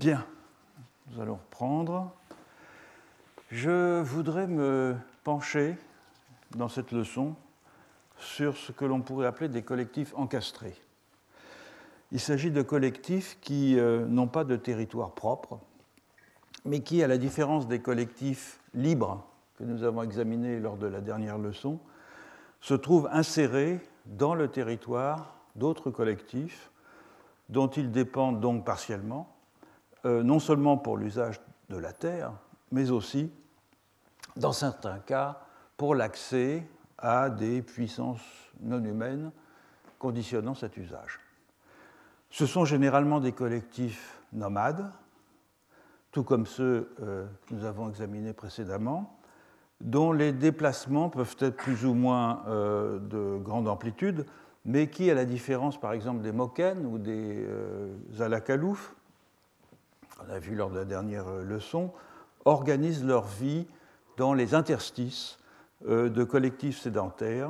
Bien, nous allons reprendre. Je voudrais me pencher dans cette leçon sur ce que l'on pourrait appeler des collectifs encastrés. Il s'agit de collectifs qui n'ont pas de territoire propre, mais qui, à la différence des collectifs libres que nous avons examinés lors de la dernière leçon, se trouvent insérés dans le territoire d'autres collectifs dont ils dépendent donc partiellement, non seulement pour l'usage de la terre, mais aussi, dans certains cas, pour l'accès à des puissances non humaines conditionnant cet usage. Ce sont généralement des collectifs nomades, tout comme ceux que nous avons examinés précédemment, dont les déplacements peuvent être plus ou moins de grande amplitude, mais qui, à la différence par exemple des Moken ou des Alakalouf, qu'on a vu lors de la dernière leçon, organisent leur vie dans les interstices de collectifs sédentaires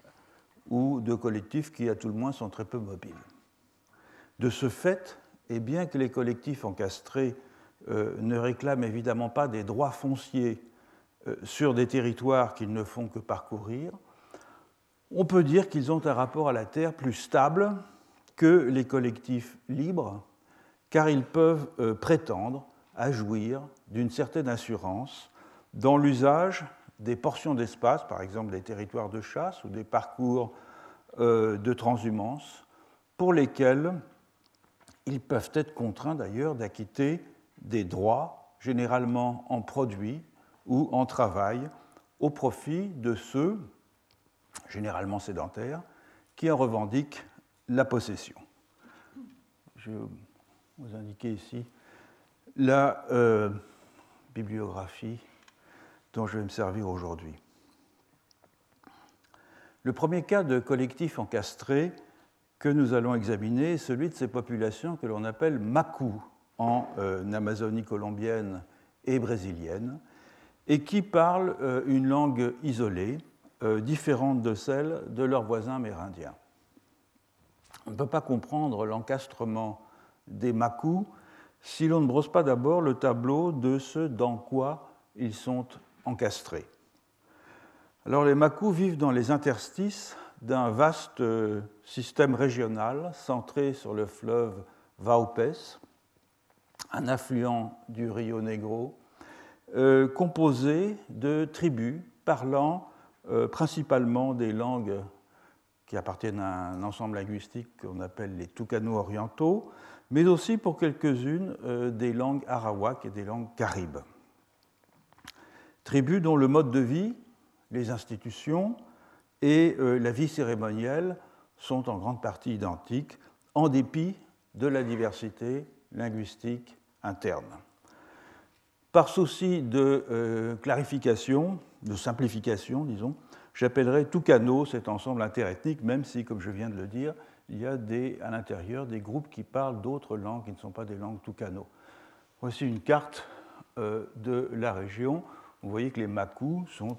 ou de collectifs qui, à tout le moins, sont très peu mobiles. De ce fait, et bien que les collectifs encastrés ne réclament évidemment pas des droits fonciers sur des territoires qu'ils ne font que parcourir, on peut dire qu'ils ont un rapport à la terre plus stable que les collectifs libres, car ils peuvent prétendre à jouir d'une certaine assurance dans l'usage des portions d'espace, par exemple des territoires de chasse ou des parcours de transhumance, pour lesquels ils peuvent être contraints d'ailleurs d'acquitter des droits, généralement en produits ou en travail, au profit de ceux, généralement sédentaires, qui en revendiquent la possession. Je vais vous indiquer ici la bibliographie dont je vais me servir aujourd'hui. Le premier cas de collectif encastré que nous allons examiner est celui de ces populations que l'on appelle Maku en Amazonie colombienne et brésilienne, et qui parlent une langue isolée, différente de celle de leurs voisins amérindiens. On ne peut pas comprendre l'encastrement des Maku si l'on ne brosse pas d'abord le tableau de ce dans quoi ils sont encastrés. Alors les Maku vivent dans les interstices d'un vaste système régional centré sur le fleuve Vaupés, un affluent du Rio Negro, composé de tribus parlant principalement des langues qui appartiennent à un ensemble linguistique qu'on appelle les Tucano-orientaux, mais aussi pour quelques-unes des langues arawak et des langues caribes. Tribus dont le mode de vie, les institutions et la vie cérémonielle sont en grande partie identiques, en dépit de la diversité linguistique interne. Par souci de clarification, de simplification, disons, j'appellerai Tucano cet ensemble interethnique, même si, comme je viens de le dire, il y a à l'intérieur des groupes qui parlent d'autres langues qui ne sont pas des langues Tucano. Voici une carte de la région. Vous voyez que les Maku sont,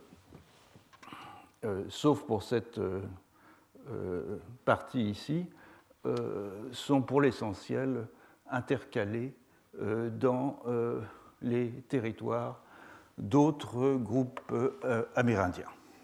sauf pour cette partie ici, sont pour l'essentiel intercalés dans les territoires d'autres groupes amérindiens.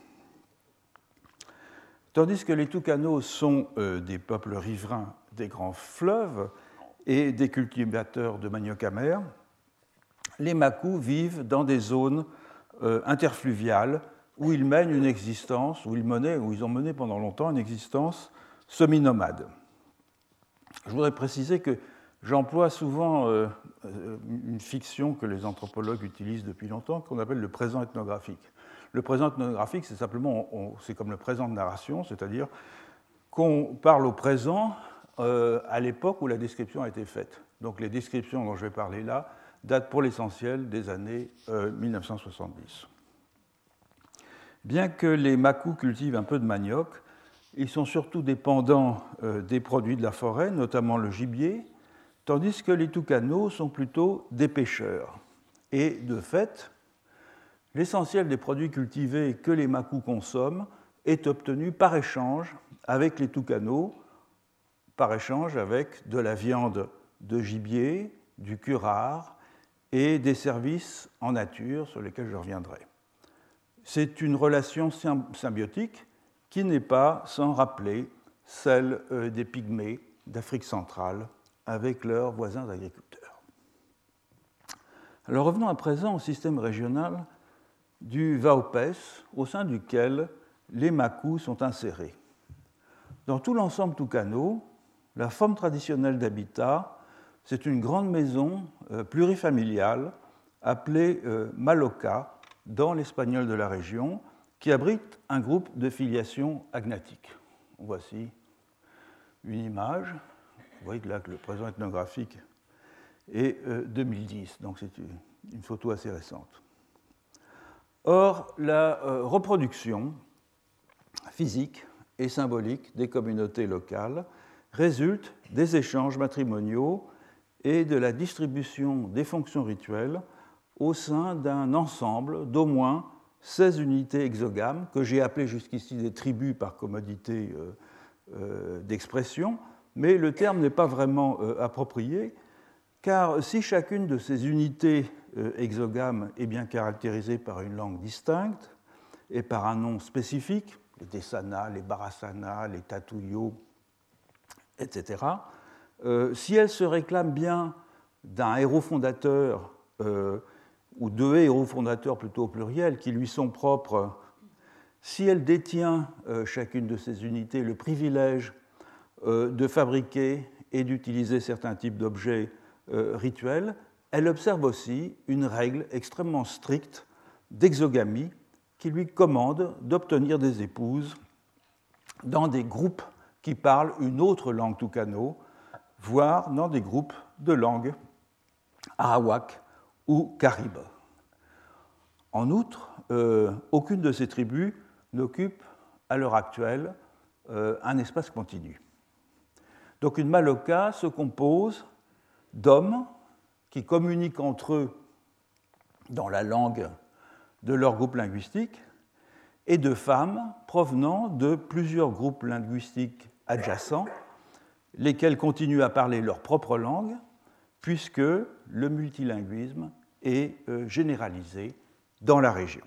Tandis que les Tucanos sont des peuples riverains des grands fleuves et des cultivateurs de manioc amer, les Maku vivent dans des zones interfluviales où ils mènent une existence, où ils ont mené pendant longtemps une existence semi-nomade. Je voudrais préciser que j'emploie souvent une fiction que les anthropologues utilisent depuis longtemps, qu'on appelle le présent ethnographique. Le présent ethnographique, c'est simplement, c'est comme le présent de narration, c'est-à-dire qu'on parle au présent à l'époque où la description a été faite. Donc les descriptions dont je vais parler là datent pour l'essentiel des années 1970. Bien que les Maku cultivent un peu de manioc, ils sont surtout dépendants des produits de la forêt, notamment le gibier, tandis que les Tucanos sont plutôt des pêcheurs. Et de fait, l'essentiel des produits cultivés que les Maku consomment est obtenu par échange avec les Tucanos, par échange avec de la viande de gibier, du curare et des services en nature sur lesquels je reviendrai. C'est une relation symbiotique qui n'est pas sans rappeler celle des Pygmées d'Afrique centrale avec leurs voisins agriculteurs. Alors revenons à présent au système régional du Vaupès, au sein duquel les Makus sont insérés. Dans tout l'ensemble tucano, la forme traditionnelle d'habitat, c'est une grande maison plurifamiliale appelée maloca dans l'espagnol de la région, qui abrite un groupe de filiation agnatique. Voici une image. Vous voyez que là que le présent ethnographique est 2010, donc c'est une photo assez récente. Or, la reproduction physique et symbolique des communautés locales résulte des échanges matrimoniaux et de la distribution des fonctions rituelles au sein d'un ensemble d'au moins 16 unités exogames, que j'ai appelées jusqu'ici des tribus par commodité d'expression, mais le terme n'est pas vraiment approprié, car si chacune de ces unités exogames est bien caractérisée par une langue distincte et par un nom spécifique, les Tesana, les Barasana, les Tatuyo, etc., si elle se réclame bien d'un héros fondateur ou de héros fondateurs plutôt au pluriel qui lui sont propres, si elle détient chacune de ces unités le privilège de fabriquer et d'utiliser certains types d'objets rituels, elle observe aussi une règle extrêmement stricte d'exogamie qui lui commande d'obtenir des épouses dans des groupes qui parlent une autre langue tucano, voire dans des groupes de langues arawak ou caribe. En outre, aucune de ces tribus n'occupe à l'heure actuelle un espace continu. Donc une maloca se compose d'hommes qui communiquent entre eux dans la langue de leur groupe linguistique et de femmes provenant de plusieurs groupes linguistiques adjacents, lesquels continuent à parler leur propre langue, puisque le multilinguisme est généralisé dans la région.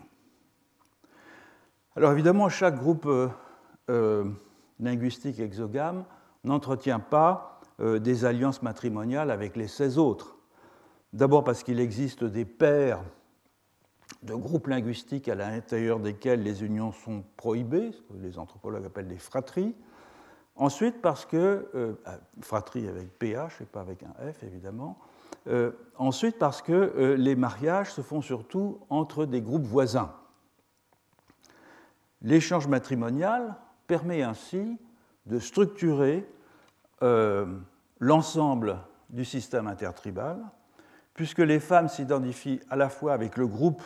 Alors évidemment, chaque groupe linguistique exogame n'entretient pas des alliances matrimoniales avec les 16 autres. D'abord parce qu'il existe des paires de groupes linguistiques à l'intérieur desquels les unions sont prohibées, ce que les anthropologues appellent des fratries. Ensuite parce que, fratrie avec PH et pas avec un F évidemment, ensuite parce que les mariages se font surtout entre des groupes voisins. L'échange matrimonial permet ainsi de structurer l'ensemble du système intertribal, puisque les femmes s'identifient à la fois avec le groupe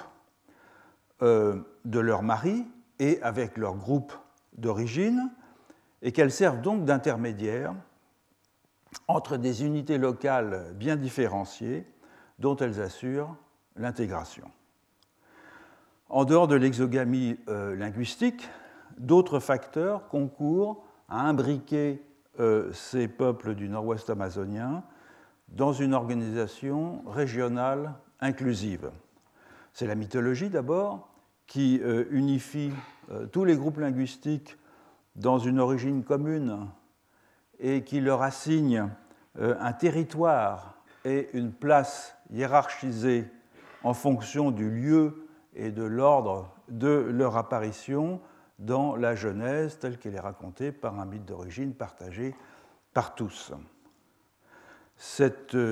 de leur mari et avec leur groupe d'origine, et qu'elles servent donc d'intermédiaires entre des unités locales bien différenciées dont elles assurent l'intégration. En dehors de l'exogamie linguistique, d'autres facteurs concourent à imbriquer ces peuples du nord-ouest amazonien dans une organisation régionale inclusive. C'est la mythologie d'abord, qui unifie tous les groupes linguistiques dans une origine commune et qui leur assigne un territoire et une place hiérarchisée en fonction du lieu et de l'ordre de leur apparition dans la Genèse telle qu'elle est racontée par un mythe d'origine partagé par tous. Cette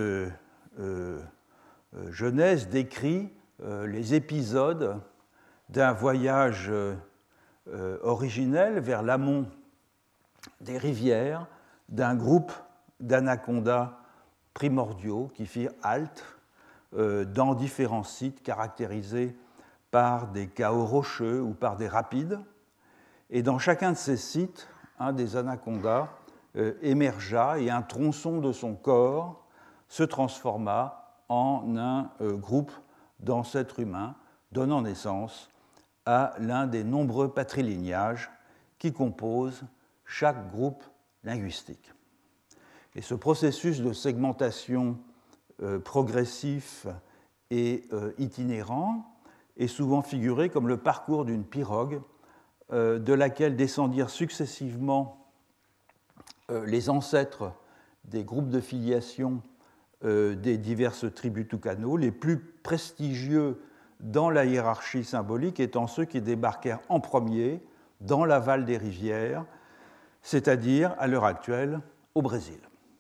Genèse décrit les épisodes d'un voyage originel vers l'amont des rivières d'un groupe d'anacondas primordiaux qui firent halte dans différents sites caractérisés par des chaos rocheux ou par des rapides. Et dans chacun de ces sites, un des anacondas émergea et un tronçon de son corps se transforma en un groupe d'ancêtres humains, donnant naissance à l'un des nombreux patrilignages qui composent chaque groupe linguistique. Et ce processus de segmentation progressif et itinérant, est souvent figuré comme le parcours d'une pirogue de laquelle descendirent successivement les ancêtres des groupes de filiation des diverses tribus Tucano, les plus prestigieux dans la hiérarchie symbolique étant ceux qui débarquèrent en premier dans l'aval des rivières, c'est-à-dire, à l'heure actuelle, au Brésil.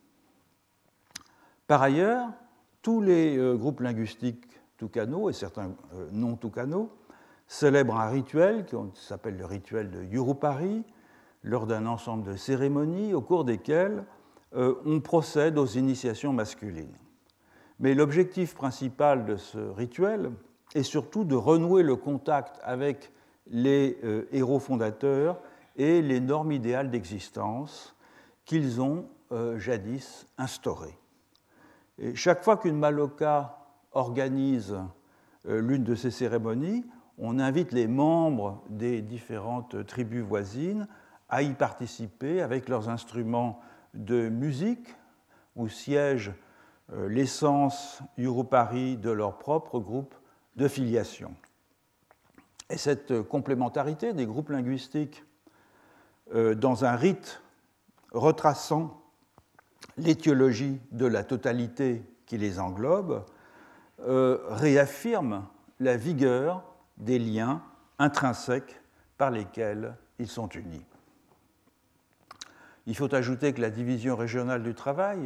Par ailleurs, tous les groupes linguistiques Tucano et certains non Tucano célèbrent un rituel qui s'appelle le rituel de Yurupari, lors d'un ensemble de cérémonies au cours desquelles on procède aux initiations masculines. Mais l'objectif principal de ce rituel est surtout de renouer le contact avec les héros fondateurs et les normes idéales d'existence qu'ils ont jadis instaurées. Et chaque fois qu'une Maloka organise l'une de ces cérémonies, on invite les membres des différentes tribus voisines à y participer avec leurs instruments de musique où siège l'essence Yurupari de leur propre groupe de filiation. Et cette complémentarité des groupes linguistiques dans un rite retraçant l'étiologie de la totalité qui les englobe réaffirme la vigueur des liens intrinsèques par lesquels ils sont unis. Il faut ajouter que la division régionale du travail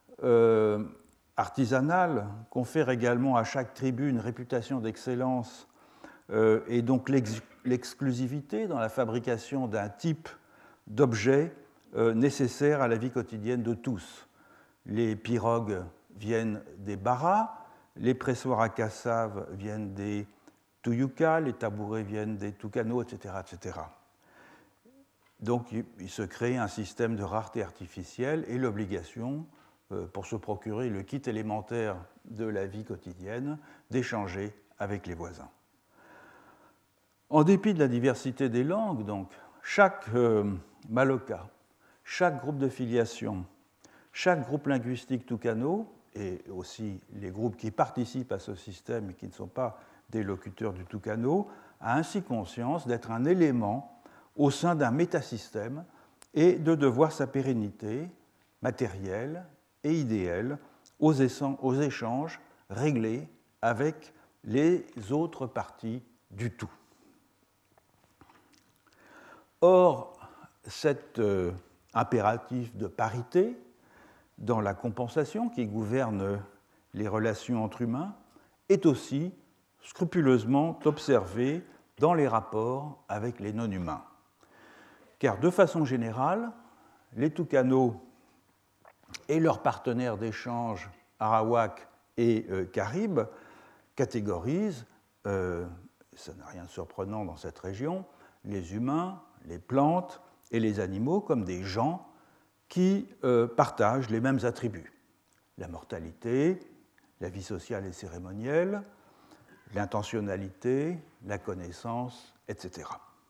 artisanale confère également à chaque tribu une réputation d'excellence et donc l'exclusivité dans la fabrication d'un type d'objet nécessaire à la vie quotidienne de tous. Les pirogues viennent des Baras, les pressoirs à cassave viennent des Tuyuca, les tabourets viennent des Tucano, etc., etc. Donc il se crée un système de rareté artificielle et l'obligation, pour se procurer le kit élémentaire de la vie quotidienne, d'échanger avec les voisins. En dépit de la diversité des langues, donc, chaque Maloka, chaque groupe de filiation, chaque groupe linguistique Tucano, et aussi les groupes qui participent à ce système et qui ne sont pas des locuteurs du Tucano, a ainsi conscience d'être un élément au sein d'un métasystème et de devoir sa pérennité matérielle et idéale aux échanges réglés avec les autres parties du tout. Or, cet impératif de parité dans la compensation qui gouverne les relations entre humains est aussi scrupuleusement observé dans les rapports avec les non-humains. Car de façon générale, les Tucano et leurs partenaires d'échange Arawak et Caribes catégorisent, ça n'a rien de surprenant dans cette région, les humains, les plantes et les animaux comme des gens qui partagent les mêmes attributs. La mortalité, la vie sociale et cérémonielle, l'intentionnalité, la connaissance, etc.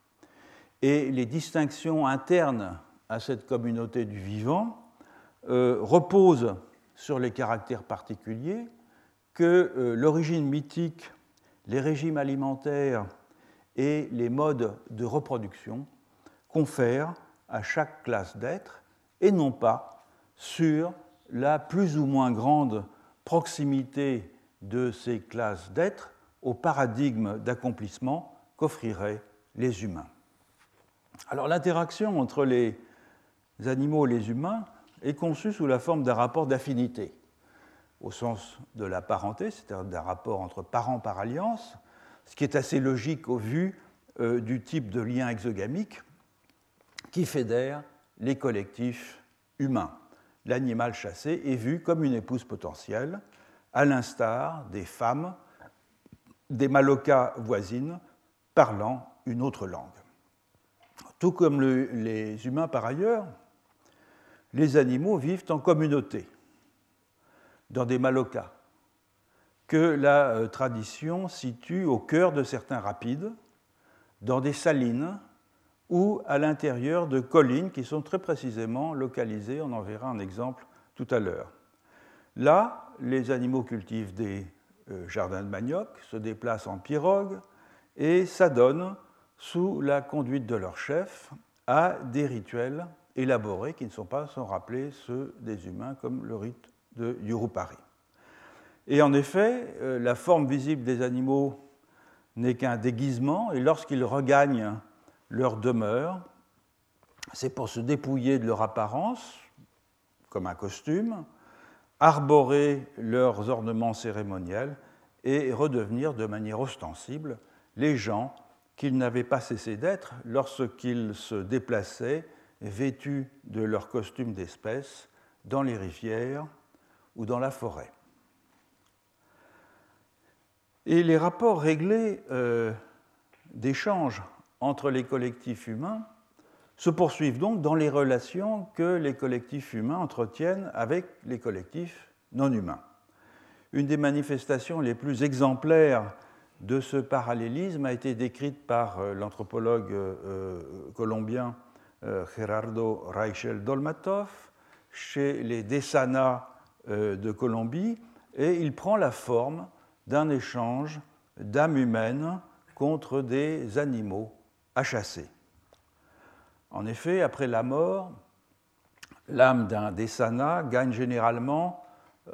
Et les distinctions internes à cette communauté du vivant reposent sur les caractères particuliers que l'origine mythique, les régimes alimentaires et les modes de reproduction confèrent à chaque classe d'êtres et non pas sur la plus ou moins grande proximité de ces classes d'êtres au paradigme d'accomplissement qu'offriraient les humains. Alors l'interaction entre les animaux et les humains est conçue sous la forme d'un rapport d'affinité, au sens de la parenté, c'est-à-dire d'un rapport entre parents par alliance, ce qui est assez logique au vu du type de lien exogamique qui fédère les collectifs humains. L'animal chassé est vu comme une épouse potentielle, à l'instar des femmes des Malokas voisines parlant une autre langue. Tout comme les humains par ailleurs, les animaux vivent en communauté, dans des Malokas, que la tradition situe au cœur de certains rapides, dans des salines ou à l'intérieur de collines qui sont très précisément localisées, on en verra un exemple tout à l'heure. Là les animaux cultivent des jardins de manioc, se déplacent en pirogue et s'adonnent, sous la conduite de leur chef, à des rituels élaborés qui ne sont pas sans rappeler ceux des humains, comme le rite de Yurupari. Et en effet, la forme visible des animaux n'est qu'un déguisement, et lorsqu'ils regagnent leur demeure, c'est pour se dépouiller de leur apparence, comme un costume, arborer leurs ornements cérémoniels et redevenir de manière ostensible les gens qu'ils n'avaient pas cessé d'être lorsqu'ils se déplaçaient vêtus de leurs costumes d'espèces dans les rivières ou dans la forêt. Et les rapports réglés d'échange entre les collectifs humains se poursuivent donc dans les relations que les collectifs humains entretiennent avec les collectifs non humains. Une des manifestations les plus exemplaires de ce parallélisme a été décrite par l'anthropologue colombien Gerardo Raichel Dolmatov chez les Desana de Colombie, et il prend la forme d'un échange d'âmes humaines contre des animaux à chasser. En effet, après la mort, l'âme d'un Desana gagne généralement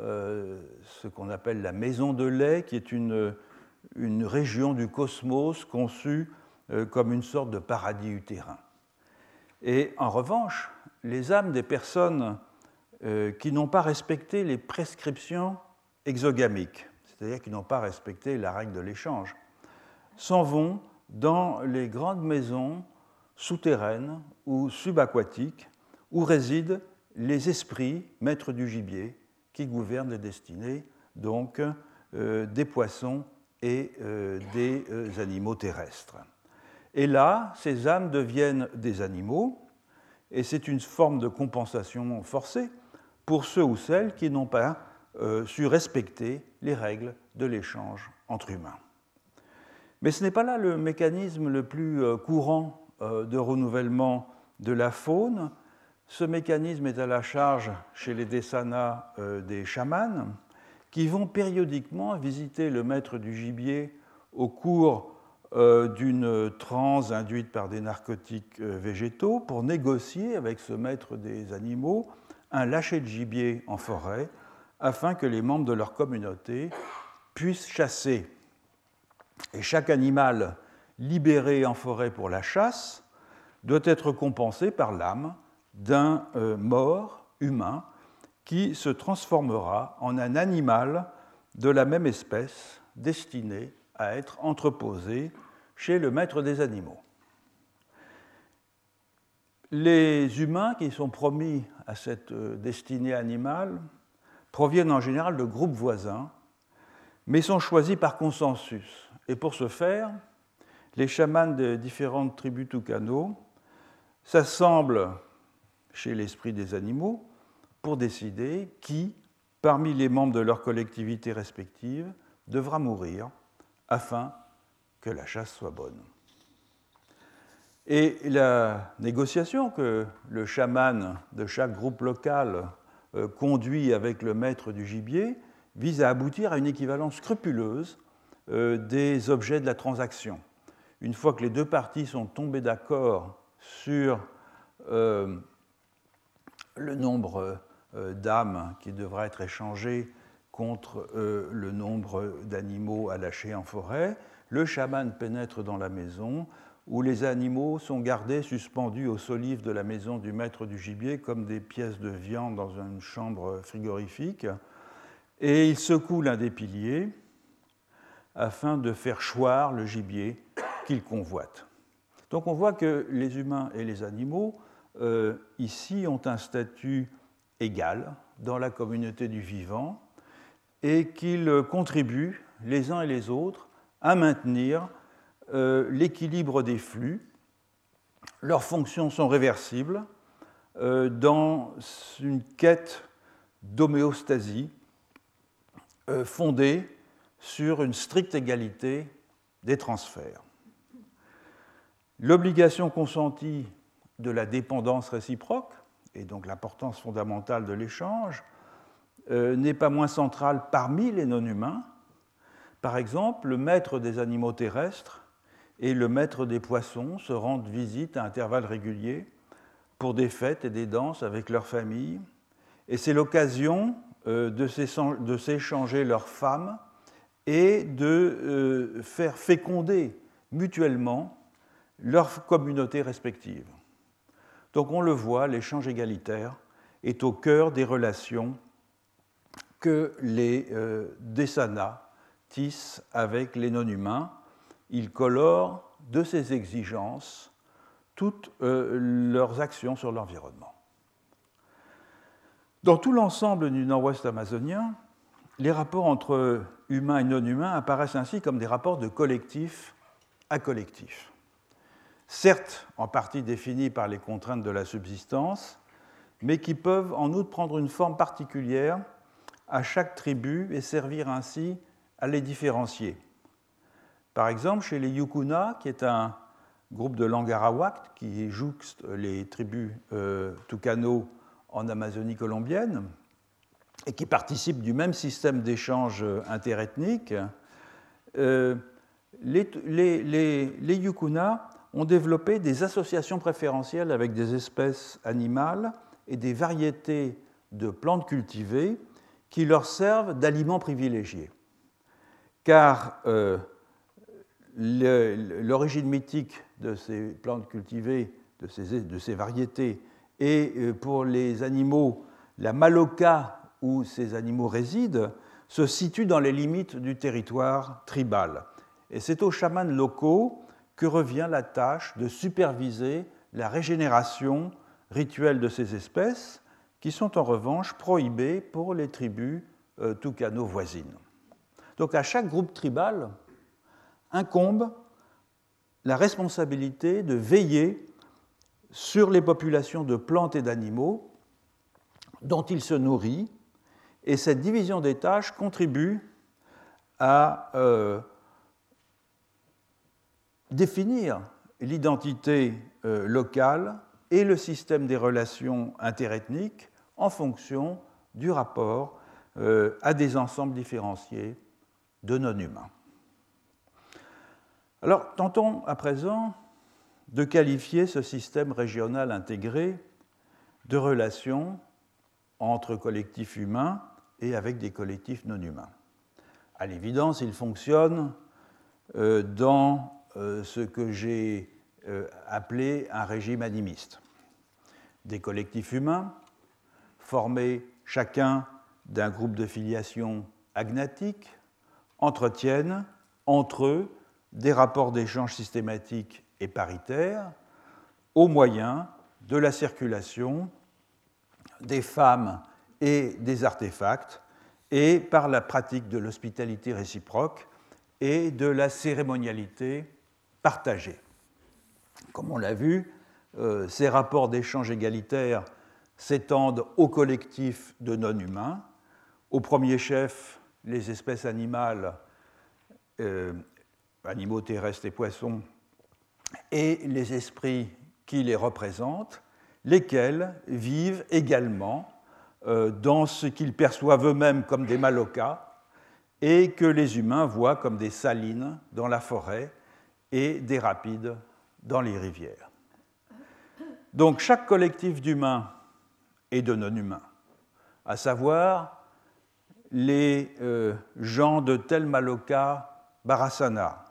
ce qu'on appelle la maison de lait, qui est une région du cosmos conçue comme une sorte de paradis utérin. Et en revanche, les âmes des personnes qui n'ont pas respecté les prescriptions exogamiques, c'est-à-dire qui n'ont pas respecté la règle de l'échange, s'en vont dans les grandes maisons souterraines ou subaquatiques où résident les esprits maîtres du gibier qui gouvernent les destinées donc des poissons et des animaux terrestres. Et là, ces âmes deviennent des animaux, et c'est une forme de compensation forcée pour ceux ou celles qui n'ont pas su respecter les règles de l'échange entre humains. Mais ce n'est pas là le mécanisme le plus courant de renouvellement de la faune. Ce mécanisme est à la charge chez les Desana des chamans, qui vont périodiquement visiter le maître du gibier au cours d'une transe induite par des narcotiques végétaux pour négocier avec ce maître des animaux un lâcher de gibier en forêt afin que les membres de leur communauté puissent chasser. Et chaque animal libéré en forêt pour la chasse doit être compensé par l'âme d'un mort humain qui se transformera en un animal de la même espèce destiné à être entreposé chez le maître des animaux. Les humains qui sont promis à cette destinée animale proviennent en général de groupes voisins, mais sont choisis par consensus. Et pour ce faire, les chamans de différentes tribus Tucano s'assemblent chez l'esprit des animaux pour décider qui, parmi les membres de leur collectivité respective, devra mourir afin que la chasse soit bonne. Et la négociation que le chaman de chaque groupe local conduit avec le maître du gibier vise à aboutir à une équivalence scrupuleuse des objets de la transaction. Une fois que les deux parties sont tombées d'accord sur le nombre d'âmes qui devra être échangé contre le nombre d'animaux à lâcher en forêt, le chaman pénètre dans la maison où les animaux sont gardés suspendus aux solives de la maison du maître du gibier comme des pièces de viande dans une chambre frigorifique, et il secoue l'un des piliers afin de faire choir le gibier qu'il convoite. Donc on voit que les humains et les animaux ici ont un statut égal dans la communauté du vivant et qu'ils contribuent les uns et les autres à maintenir l'équilibre des flux. Leurs fonctions sont réversibles dans une quête d'homéostasie fondée sur une stricte égalité des transferts. L'obligation consentie de la dépendance réciproque, et donc l'importance fondamentale de l'échange, n'est pas moins centrale parmi les non-humains. Par exemple, le maître des animaux terrestres et le maître des poissons se rendent visite à intervalles réguliers pour des fêtes et des danses avec leurs familles. Et c'est l'occasion de s'échanger leurs femmes et de faire féconder mutuellement leurs communautés respectives. Donc on le voit, l'échange égalitaire est au cœur des relations que les Desana tissent avec les non-humains. Ils colorent de ces exigences toutes leurs actions sur l'environnement. Dans tout l'ensemble du nord-ouest amazonien, les rapports entre humains et non-humains apparaissent ainsi comme des rapports de collectif à collectif. Certes, en partie définis par les contraintes de la subsistance, mais qui peuvent en outre prendre une forme particulière à chaque tribu et servir ainsi à les différencier. Par exemple, chez les Yukuna, qui est un groupe de langue arawak qui jouxte les tribus Tucano en Amazonie colombienne et qui participe du même système d'échange interethnique, les Yukuna ont développé des associations préférentielles avec des espèces animales et des variétés de plantes cultivées qui leur servent d'aliments privilégiés. Car l'origine mythique de ces plantes cultivées, de ces variétés, et pour les animaux, la maloca où ces animaux résident, se situe dans les limites du territoire tribal. Et c'est aux chamans locaux que revient la tâche de superviser la régénération rituelle de ces espèces, qui sont en revanche prohibées pour les tribus tucano voisines. Donc à chaque groupe tribal incombe la responsabilité de veiller sur les populations de plantes et d'animaux dont il se nourrit, et cette division des tâches contribue à définir l'identité locale et le système des relations interethniques en fonction du rapport à des ensembles différenciés de non-humains. Alors, tentons à présent de qualifier ce système régional intégré de relations entre collectifs humains et avec des collectifs non humains. À l'évidence, il fonctionne dans ce que j'ai appelé un régime animiste. Des collectifs humains, formés chacun d'un groupe de filiation agnatique, entretiennent entre eux des rapports d'échange systématiques et paritaires au moyen de la circulation des femmes et des artefacts et par la pratique de l'hospitalité réciproque et de la cérémonialité partagée. Comme on l'a vu, ces rapports d'échange égalitaires s'étendent aux collectifs de non-humains, au premier chef les espèces animales, animaux terrestres et poissons, et les esprits qui les représentent, lesquels vivent également dans ce qu'ils perçoivent eux-mêmes comme des malokas et que les humains voient comme des salines dans la forêt et des rapides dans les rivières. Donc chaque collectif d'humains et de non-humains, à savoir les gens de tel maloka Barasana,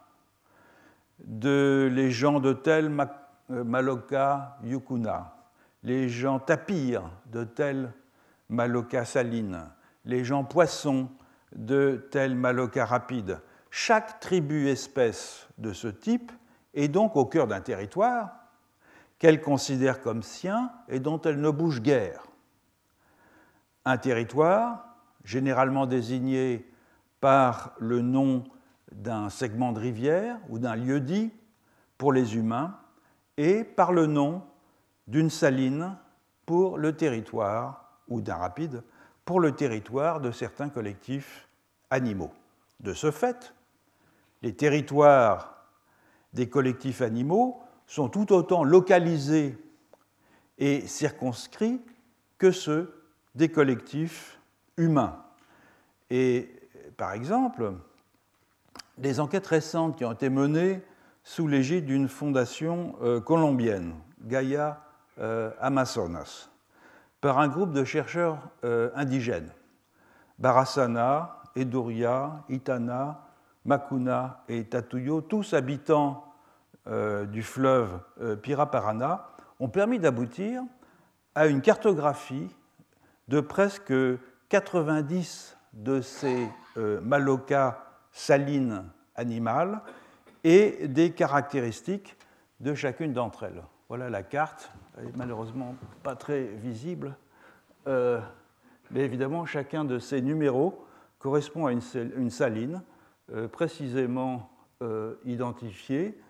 les gens de tel maloka Yukuna, les gens tapirs de tel maloka saline, les gens poissons de tel maloka rapide. Chaque tribu-espèce de ce type est donc au cœur d'un territoire qu'elle considère comme sien et dont elle ne bouge guère. Un territoire, généralement désigné par le nom d'un segment de rivière ou d'un lieu-dit pour les humains et par le nom d'une saline pour le territoire ou d'un rapide pour le territoire de certains collectifs animaux. De ce fait, les territoires des collectifs animaux sont tout autant localisés et circonscrits que ceux des collectifs humain. Et par exemple, des enquêtes récentes qui ont été menées sous l'égide d'une fondation colombienne, Gaia Amazonas, par un groupe de chercheurs indigènes, Barasana, Edoria, Itana, Macuna et Tatuyo, tous habitants du fleuve Piraparana, ont permis d'aboutir à une cartographie de presque 90 de ces malocas salines animales et des caractéristiques de chacune d'entre elles. Voilà la carte, elle n'est malheureusement pas très visible, mais évidemment chacun de ces numéros correspond à une saline précisément identifiée,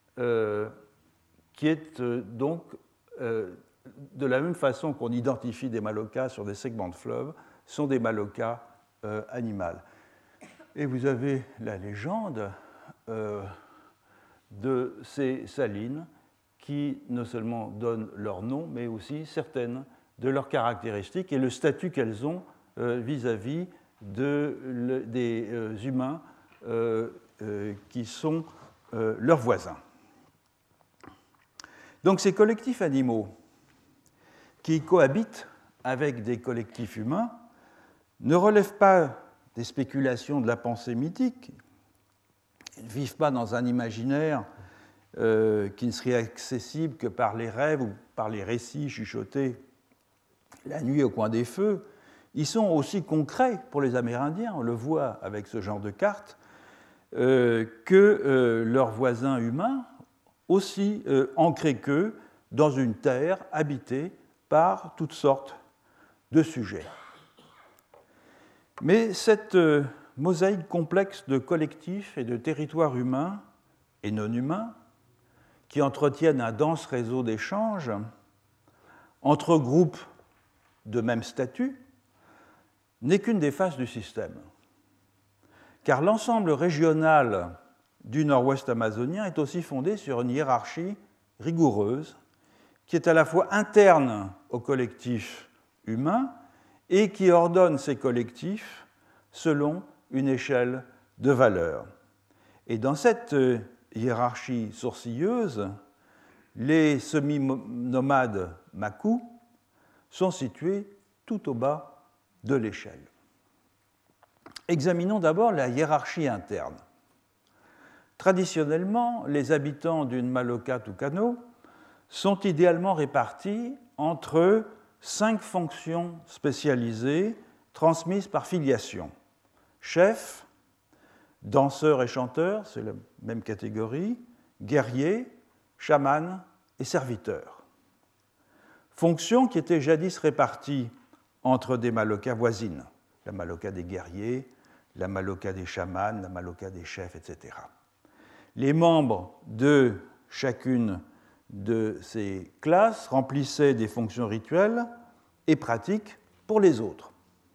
qui est donc de la même façon qu'on identifie des malocas sur des segments de fleuve, sont des malocas animales. Et vous avez la légende de ces salines qui non seulement donnent leur nom, mais aussi certaines de leurs caractéristiques et le statut qu'elles ont vis-à-vis des humains qui sont leurs voisins. Donc ces collectifs animaux qui cohabitent avec des collectifs humains ne relèvent pas des spéculations de la pensée mythique. Ils ne vivent pas dans un imaginaire qui ne serait accessible que par les rêves ou par les récits chuchotés la nuit au coin des feux. Ils sont aussi concrets pour les Amérindiens, on le voit avec ce genre de carte, que leurs voisins humains, aussi ancrés qu'eux dans une terre habitée par toutes sortes de sujets. Mais cette mosaïque complexe de collectifs et de territoires humains et non humains, qui entretiennent un dense réseau d'échanges entre groupes de même statut, n'est qu'une des faces du système. Car l'ensemble régional du nord-ouest amazonien est aussi fondé sur une hiérarchie rigoureuse qui est à la fois interne au collectif humain et qui ordonne ces collectifs selon une échelle de valeurs. Et dans cette hiérarchie sourcilleuse, les semi-nomades Maku sont situés tout au bas de l'échelle. Examinons d'abord la hiérarchie interne. Traditionnellement, les habitants d'une Maloka Tucano sont idéalement répartis entre 5 fonctions spécialisées transmises par filiation. Chef, danseur et chanteur, c'est la même catégorie, guerrier, chaman et serviteur. Fonctions qui étaient jadis réparties entre des Malokas voisines, la Maloka des guerriers, la Maloka des chamans, la Maloka des chefs, etc. Les membres de chacune de ces classes remplissaient des fonctions rituelles et pratiques pour les autres.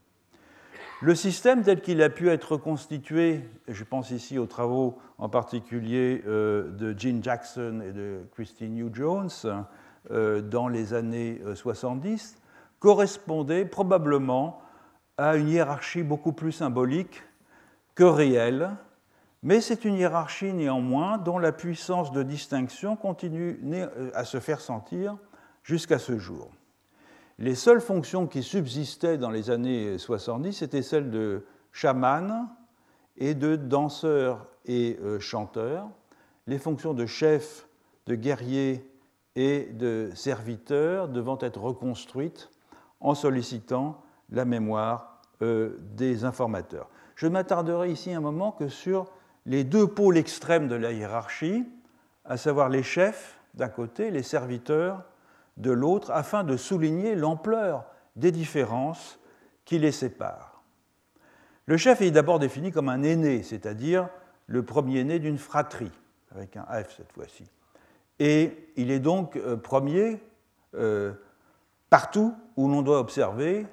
Le système tel qu'il a pu être constitué, et je pense ici aux travaux en particulier de Gene Jackson et de Christine Hugh Jones dans les années 70, correspondait probablement à une hiérarchie beaucoup plus symbolique que réelle, mais c'est une hiérarchie néanmoins dont la puissance de distinction continue à se faire sentir jusqu'à ce jour. Les seules fonctions qui subsistaient dans les années 70 étaient celles de chaman et de danseur et chanteur. Les fonctions de chef, de guerrier et de serviteur devant être reconstruites en sollicitant la mémoire des informateurs. Je ne m'attarderai ici un moment que sur les 2 pôles extrêmes de la hiérarchie, à savoir les chefs d'un côté, les serviteurs de l'autre, afin de souligner l'ampleur des différences qui les séparent. Le chef est d'abord défini comme un aîné, c'est-à-dire le premier-né d'une fratrie, avec un F cette fois-ci. Et il est donc premier partout où l'on doit observer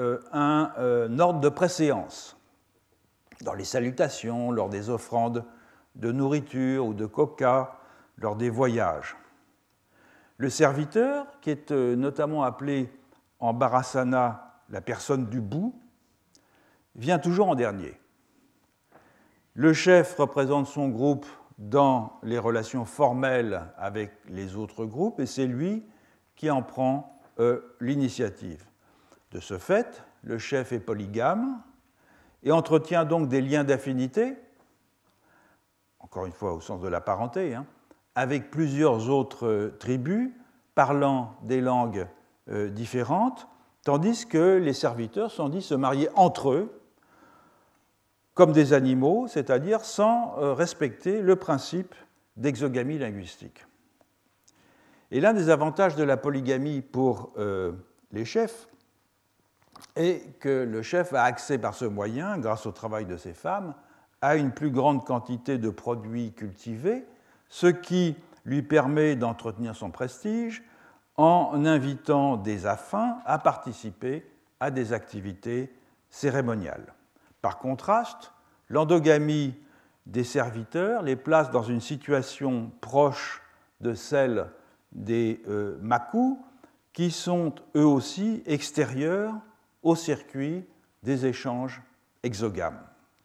un ordre de préséance, dans les salutations, lors des offrandes de nourriture ou de coca, lors des voyages. Le serviteur, qui est notamment appelé en Barasana la personne du bout, vient toujours en dernier. Le chef représente son groupe dans les relations formelles avec les autres groupes et c'est lui qui en prend l'initiative. De ce fait, le chef est polygame et entretient donc des liens d'affinité, encore une fois au sens de la parenté, avec plusieurs autres tribus parlant des langues différentes, tandis que les serviteurs sont dits se marier entre eux comme des animaux, c'est-à-dire sans respecter le principe d'exogamie linguistique. Et l'un des avantages de la polygamie pour les chefs est que le chef a accès par ce moyen, grâce au travail de ses femmes, à une plus grande quantité de produits cultivés, ce qui lui permet d'entretenir son prestige en invitant des affins à participer à des activités cérémoniales. Par contraste, l'endogamie des serviteurs les place dans une situation proche de celle des Makus, qui sont eux aussi extérieurs au circuit des échanges exogames.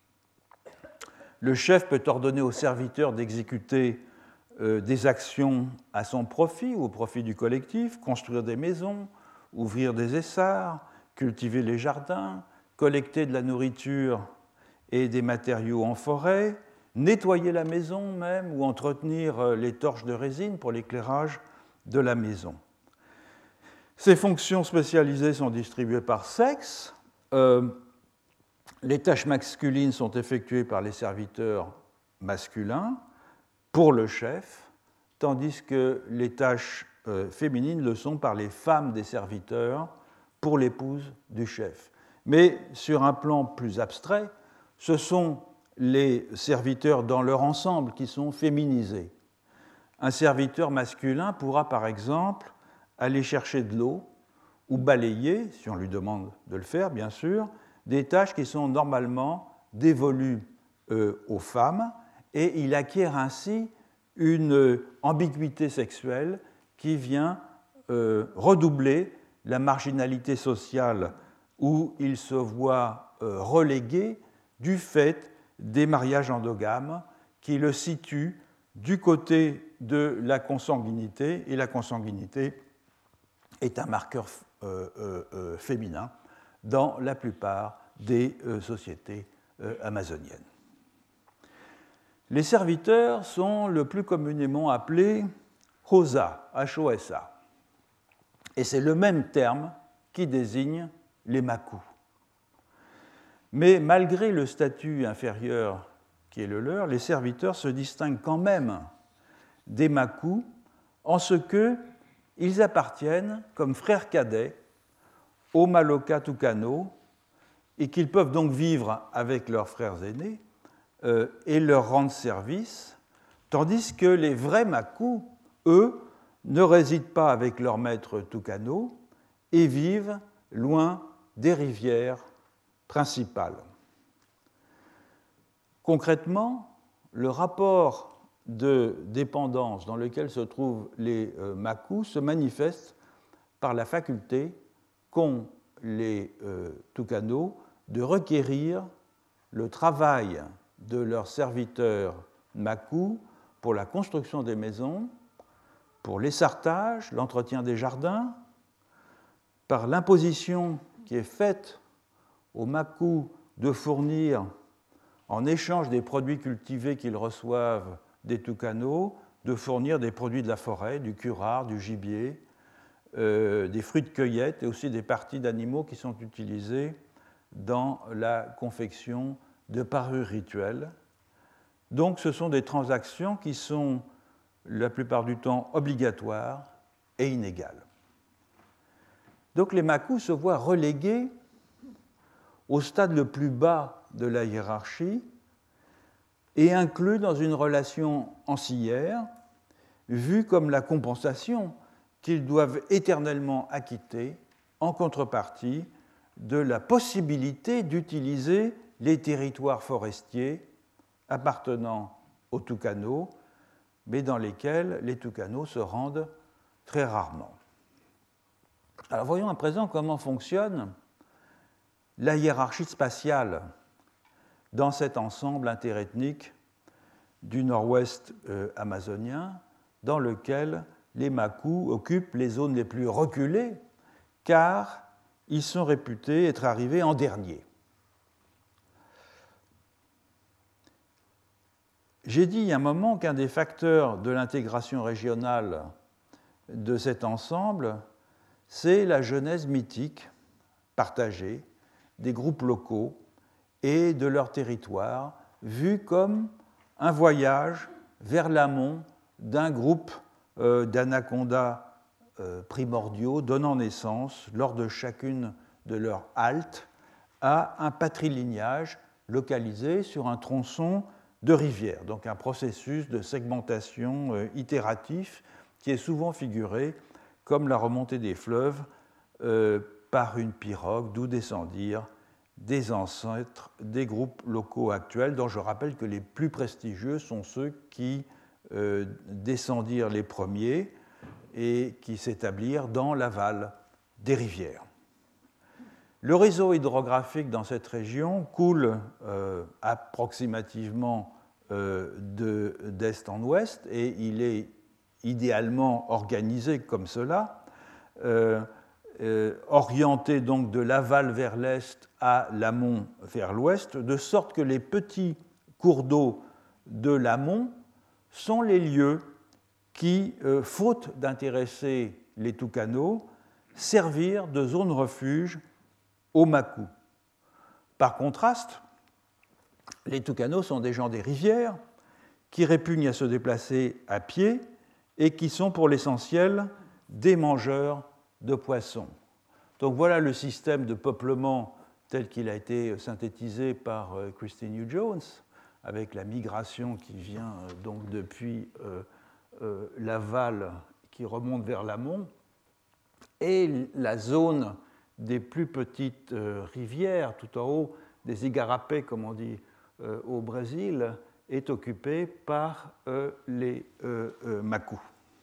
Le chef peut ordonner aux serviteurs d'exécuter des actions à son profit ou au profit du collectif, construire des maisons, ouvrir des essarts, cultiver les jardins, collecter de la nourriture et des matériaux en forêt, nettoyer la maison même ou entretenir les torches de résine pour l'éclairage de la maison. Ces fonctions spécialisées sont distribuées par sexe. Les tâches masculines sont effectuées par les serviteurs masculins pour le chef, tandis que les tâches féminines le sont par les femmes des serviteurs pour l'épouse du chef. Mais sur un plan plus abstrait, ce sont les serviteurs dans leur ensemble qui sont féminisés. Un serviteur masculin pourra par exemple aller chercher de l'eau ou balayer, si on lui demande de le faire bien sûr, des tâches qui sont normalement dévolues aux femmes, et il acquiert ainsi une ambiguïté sexuelle qui vient redoubler la marginalité sociale où il se voit relégué du fait des mariages endogames qui le situent du côté de la consanguinité, et la consanguinité est un marqueur féminin dans la plupart des sociétés amazoniennes. Les serviteurs sont le plus communément appelés Hosa, H-O-S-A, et c'est le même terme qui désigne les Makus. Mais malgré le statut inférieur qui est le leur, les serviteurs se distinguent quand même des Makus en ce qu'ils appartiennent comme frères cadets aux Maloka Tucano et qu'ils peuvent donc vivre avec leurs frères aînés et leur rendre service, tandis que les vrais Makus, eux, ne résident pas avec leur maître Tucano et vivent loin des rivières principales. Concrètement, le rapport de dépendance dans lequel se trouvent les Makus se manifeste par la faculté qu'ont les Tucano de requérir le travail de leurs serviteurs Makus pour la construction des maisons, pour l'essartage, l'entretien des jardins, par l'imposition qui est faite aux Makus de fournir, en échange des produits cultivés qu'ils reçoivent des Tucano, de fournir des produits de la forêt, du curare, du gibier, des fruits de cueillette et aussi des parties d'animaux qui sont utilisées dans la confection de parures rituelles. Donc ce sont des transactions qui sont la plupart du temps obligatoires et inégales. Donc les Makus se voient relégués au stade le plus bas de la hiérarchie et inclus dans une relation ancillaire, vue comme la compensation qu'ils doivent éternellement acquitter en contrepartie de la possibilité d'utiliser les territoires forestiers appartenant aux Tucano, mais dans lesquels les Tucano se rendent très rarement. Alors voyons à présent comment fonctionnent la hiérarchie spatiale dans cet ensemble interethnique du nord-ouest amazonien, dans lequel les Makus occupent les zones les plus reculées, car ils sont réputés être arrivés en dernier. J'ai dit il y a un moment qu'un des facteurs de l'intégration régionale de cet ensemble, c'est la genèse mythique partagée des groupes locaux et de leur territoire, vu comme un voyage vers l'amont d'un groupe d'anacondas primordiaux donnant naissance, lors de chacune de leurs haltes, à un patrilignage localisé sur un tronçon de rivière, donc un processus de segmentation itératif qui est souvent figuré comme la remontée des fleuves par une pirogue d'où descendirent des ancêtres des groupes locaux actuels, dont je rappelle que les plus prestigieux sont ceux qui descendirent les premiers et qui s'établirent dans l'aval des rivières. Le réseau hydrographique dans cette région coule approximativement d'est en ouest et il est idéalement organisé comme cela, orienté donc de l'aval vers l'est à l'amont vers l'ouest, de sorte que les petits cours d'eau de l'amont sont les lieux qui, faute d'intéresser les Tucanos, servirent de zone refuge aux Makus. Par contraste, les Tucanos sont des gens des rivières qui répugnent à se déplacer à pied et qui sont pour l'essentiel des mangeurs de poissons. Donc voilà le système de peuplement tel qu'il a été synthétisé par Christine Hugh Jones, avec la migration qui vient donc depuis l'aval qui remonte vers l'amont, et la zone des plus petites rivières, tout en haut, des igarapés, comme on dit au Brésil, est occupée par les Makus.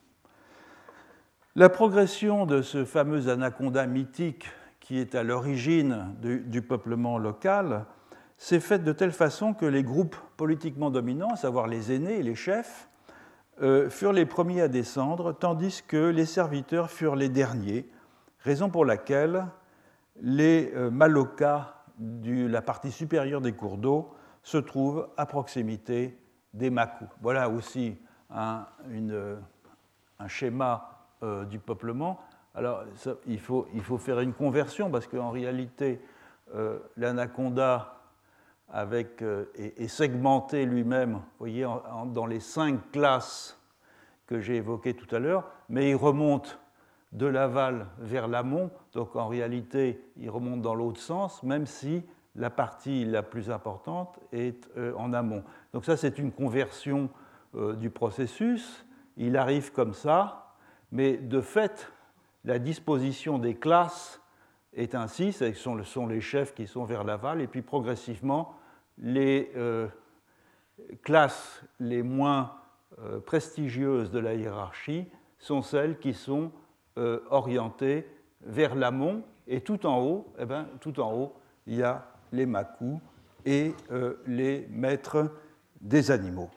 La progression de ce fameux anaconda mythique qui est à l'origine du peuplement local s'est faite de telle façon que les groupes politiquement dominants, à savoir les aînés et les chefs, furent les premiers à descendre, tandis que les serviteurs furent les derniers, raison pour laquelle les Malokas de la partie supérieure des cours d'eau se trouvent à proximité des Makus. Voilà aussi un schéma du peuplement. Alors, ça, il faut faire une conversion parce qu'en réalité, l'anaconda est segmenté lui-même, vous voyez, dans les 5 classes que j'ai évoquées tout à l'heure, mais il remonte de l'aval vers l'amont, donc en réalité, il remonte dans l'autre sens, même si la partie la plus importante est en amont. Donc ça, c'est une conversion du processus. Il arrive comme ça, mais de fait, la disposition des classes est ainsi, ce sont les chefs qui sont vers l'aval, et puis progressivement, les classes les moins prestigieuses de la hiérarchie sont celles qui sont orientées vers l'amont, et tout en haut, il y a les Makus et les maîtres des animaux.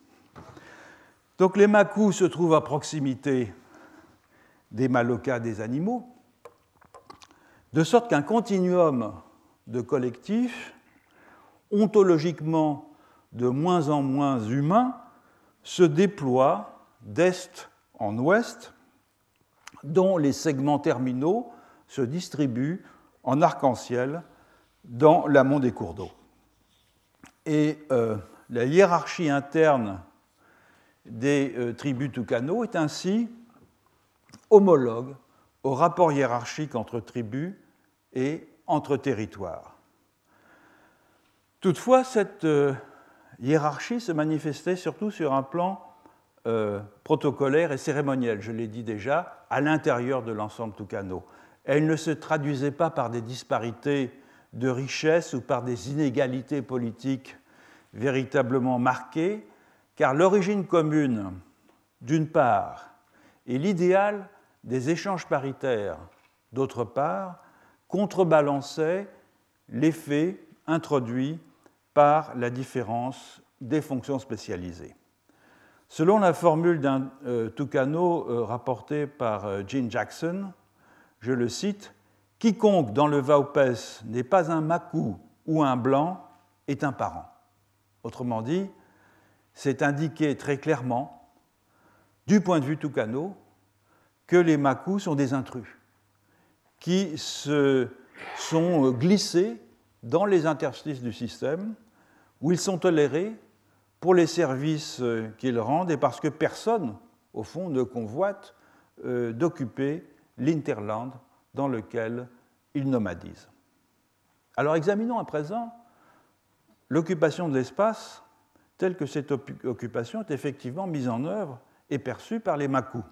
Donc les Makus se trouvent à proximité des Malokas des animaux, de sorte qu'un continuum de collectifs, ontologiquement de moins en moins humains, se déploie d'est en ouest, dont les segments terminaux se distribuent en arc-en-ciel dans l'amont des cours d'eau. Et la hiérarchie interne des tribus Tucano est ainsi homologue au rapport hiérarchique entre tribus et entre territoires. Toutefois, cette hiérarchie se manifestait surtout sur un plan protocolaire et cérémoniel, je l'ai dit déjà, à l'intérieur de l'ensemble Tucano. Elle ne se traduisait pas par des disparités de richesse ou par des inégalités politiques véritablement marquées, car l'origine commune, d'une part, et l'idéal des échanges paritaires, d'autre part, contrebalançaient l'effet introduit par la différence des fonctions spécialisées. Selon la formule d'un Tucano rapportée par Gene Jackson, je le cite, « Quiconque dans le Vaupès n'est pas un Makou ou un blanc est un parent ». Autrement dit, c'est indiqué très clairement, du point de vue Tucano, que les Makous sont des intrus qui se sont glissés dans les interstices du système où ils sont tolérés pour les services qu'ils rendent et parce que personne, au fond, ne convoite d'occuper l'interland dans lequel ils nomadisent. Alors examinons à présent l'occupation de l'espace telle que cette occupation est effectivement mise en œuvre et perçue par les Makous.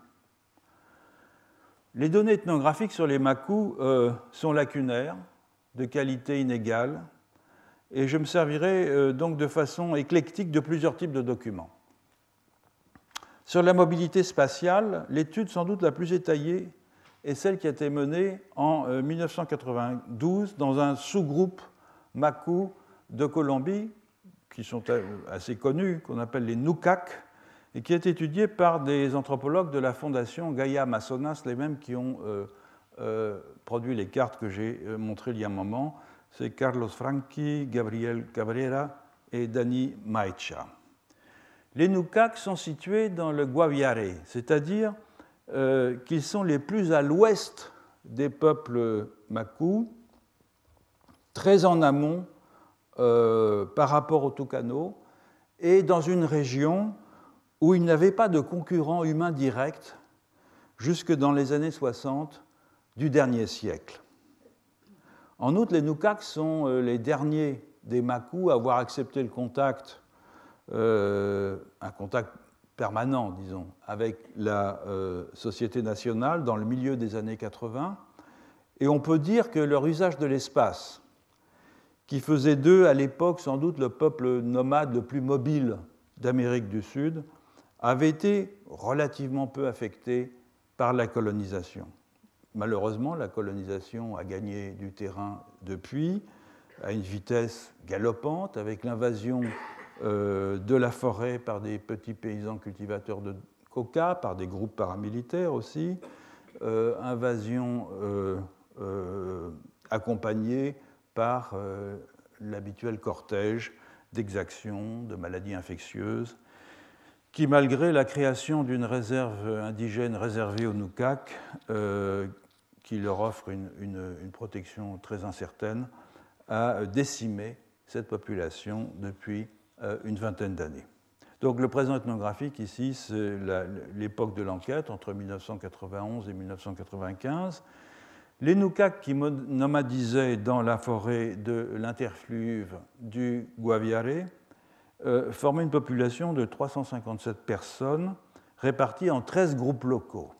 Les données ethnographiques sur les Makous sont lacunaires, de qualité inégale, et je me servirai donc de façon éclectique de plusieurs types de documents. Sur la mobilité spatiale, l'étude sans doute la plus étayée est celle qui a été menée en 1992 dans un sous-groupe Makou de Colombie, qui sont assez connus, qu'on appelle les Nukak, et qui est étudié par des anthropologues de la fondation Gaia Amazonas, les mêmes qui ont produit les cartes que j'ai montrées il y a un moment. C'est Carlos Franchi, Gabriel Cabrera et Dani Maicha. Les Nukak sont situés dans le Guaviare, c'est-à-dire qu'ils sont les plus à l'ouest des peuples Makous, très en amont par rapport aux Tucano, et dans une région où il n'avait pas de concurrents humains directs jusque dans les années 60 du dernier siècle. En outre, les Nukak sont les derniers des Makous à avoir accepté le contact, un contact permanent, disons, avec la société nationale dans le milieu des années 80. Et on peut dire que leur usage de l'espace, qui faisait d'eux à l'époque sans doute le peuple nomade le plus mobile d'Amérique du Sud, avait été relativement peu affecté par la colonisation. Malheureusement, la colonisation a gagné du terrain depuis, à une vitesse galopante, avec l'invasion de la forêt par des petits paysans cultivateurs de coca, par des groupes paramilitaires aussi, invasion accompagnée par l'habituel cortège d'exactions, de maladies infectieuses, qui, malgré la création d'une réserve indigène réservée aux Nukak, qui leur offre une protection très incertaine, a décimé cette population depuis une vingtaine d'années. Donc le présent ethnographique ici, c'est l'époque de l'enquête, entre 1991 et 1995. Les Nukak qui nomadisaient dans la forêt de l'interfluve du Guaviare formaient une population de 357 personnes réparties en 13 groupes locaux.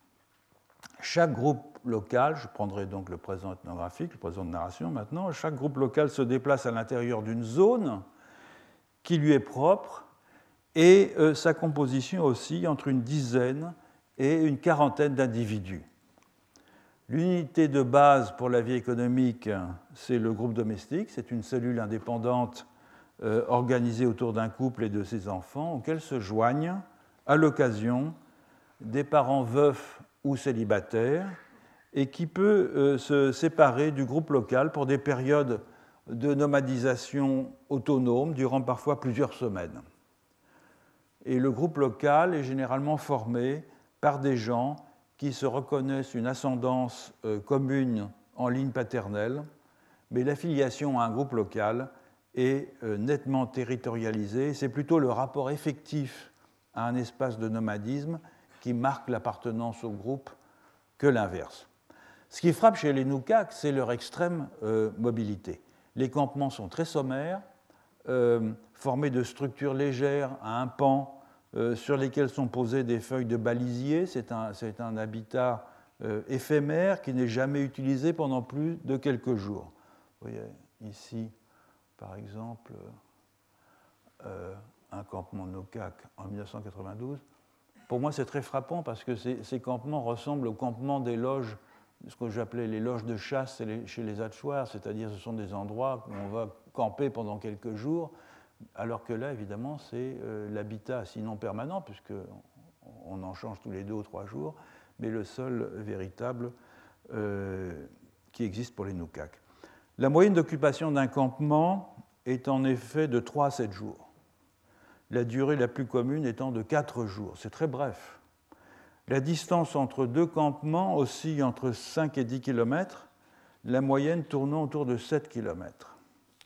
Chaque groupe local, je prendrai donc le présent ethnographique, le présent de narration maintenant, chaque groupe local se déplace à l'intérieur d'une zone qui lui est propre et sa composition oscille entre une dizaine et une quarantaine d'individus. L'unité de base pour la vie économique, c'est le groupe domestique, c'est une cellule indépendante organisée autour d'un couple et de ses enfants, auxquels se joignent, à l'occasion, des parents veufs ou célibataires, et qui peut se séparer du groupe local pour des périodes de nomadisation autonome durant parfois plusieurs semaines. Et le groupe local est généralement formé par des gens qui se reconnaissent une ascendance commune en ligne paternelle, mais l'affiliation à un groupe local est nettement territorialisée. C'est plutôt le rapport effectif à un espace de nomadisme qui marque l'appartenance au groupe que l'inverse. Ce qui frappe chez les Nukak, c'est leur extrême mobilité. Les campements sont très sommaires, formés de structures légères à un pan sur lesquelles sont posées des feuilles de balisier. C'est un habitat éphémère qui n'est jamais utilisé pendant plus de quelques jours. Vous voyez ici, par exemple, un campement Nukak en 1992. Pour moi, c'est très frappant parce que ces campements ressemblent aux campements des loges ce que j'appelais les loges de chasse chez les Hatchoirs, c'est-à-dire ce sont des endroits où on va camper pendant quelques jours, alors que là, évidemment, c'est l'habitat, sinon permanent, puisqu'on en change tous les 2 ou 3 jours, mais le seul véritable qui existe pour les Nukaks. La moyenne d'occupation d'un campement est en effet de 3 à 7 jours, la durée la plus commune étant de 4 jours. C'est très bref. La distance entre 2 campements oscille entre 5 et 10 km, la moyenne tournant autour de 7 km.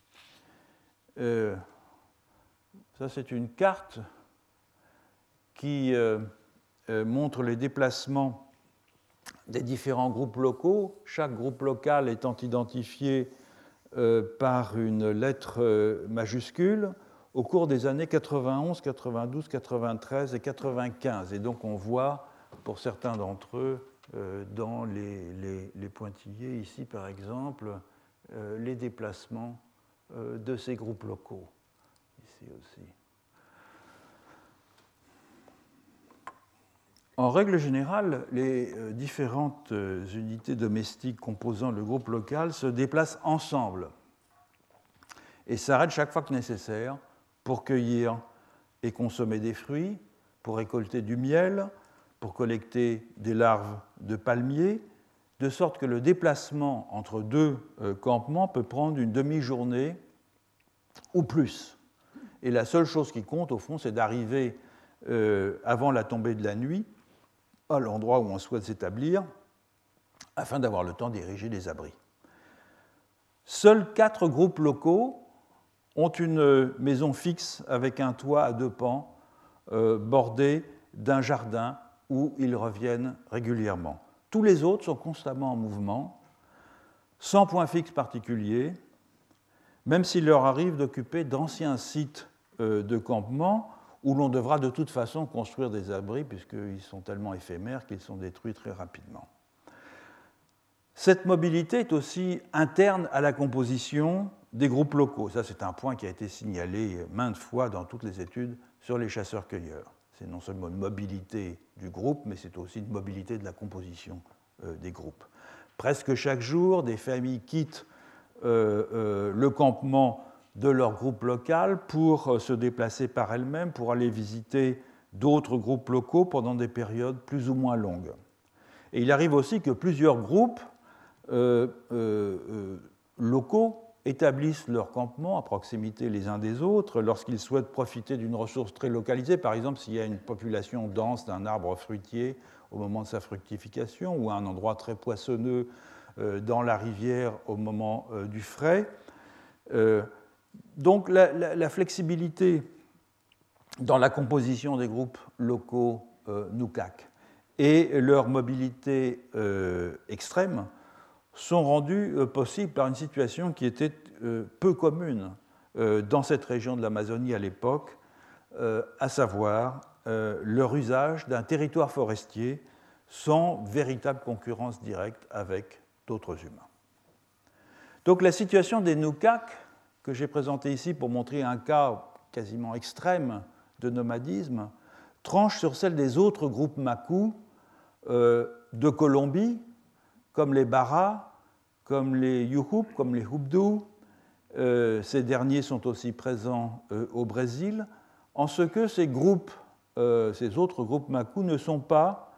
Ça, c'est une carte qui montre les déplacements des différents groupes locaux, chaque groupe local étant identifié par une lettre majuscule au cours des années 91, 92, 93 et 95. Et donc on voit, pour certains d'entre eux, dans les pointillés, ici par exemple, les déplacements de ces groupes locaux. Ici aussi. En règle générale, les différentes unités domestiques composant le groupe local se déplacent ensemble et s'arrêtent chaque fois que nécessaire pour cueillir et consommer des fruits, pour récolter du miel, pour collecter des larves de palmiers, de sorte que le déplacement entre 2 campements peut prendre une demi-journée ou plus. Et la seule chose qui compte, au fond, c'est d'arriver avant la tombée de la nuit à l'endroit où on souhaite s'établir, afin d'avoir le temps d'ériger des abris. Seuls 4 groupes locaux ont une maison fixe avec un toit à 2 pans, bordé d'un jardin où ils reviennent régulièrement. Tous les autres sont constamment en mouvement, sans point fixe particulier, même s'il leur arrive d'occuper d'anciens sites de campement où l'on devra de toute façon construire des abris, puisqu'ils sont tellement éphémères qu'ils sont détruits très rapidement. Cette mobilité est aussi interne à la composition des groupes locaux. Ça, c'est un point qui a été signalé maintes fois dans toutes les études sur les chasseurs-cueilleurs. C'est non seulement une mobilité du groupe, mais c'est aussi une mobilité de la composition des groupes. Presque chaque jour, des familles quittent le campement de leur groupe local pour se déplacer par elles-mêmes, pour aller visiter d'autres groupes locaux pendant des périodes plus ou moins longues. Et il arrive aussi que plusieurs groupes locaux établissent leur campement à proximité les uns des autres lorsqu'ils souhaitent profiter d'une ressource très localisée, par exemple s'il y a une population dense d'un arbre fruitier au moment de sa fructification ou à un endroit très poissonneux dans la rivière au moment du frai. Donc la flexibilité dans la composition des groupes locaux Nukak et leur mobilité extrême sont rendues possibles par une situation qui était peu commune dans cette région de l'Amazonie à l'époque, à savoir leur usage d'un territoire forestier sans véritable concurrence directe avec d'autres humains. Donc la situation des Nukak, que j'ai présenté ici pour montrer un cas quasiment extrême de nomadisme, tranche sur celle des autres groupes Makou de Colombie, comme les Bara, comme les Yuhup, comme les Hubdu. Ces derniers sont aussi présents au Brésil, en ce que ces autres groupes Makou ne sont pas,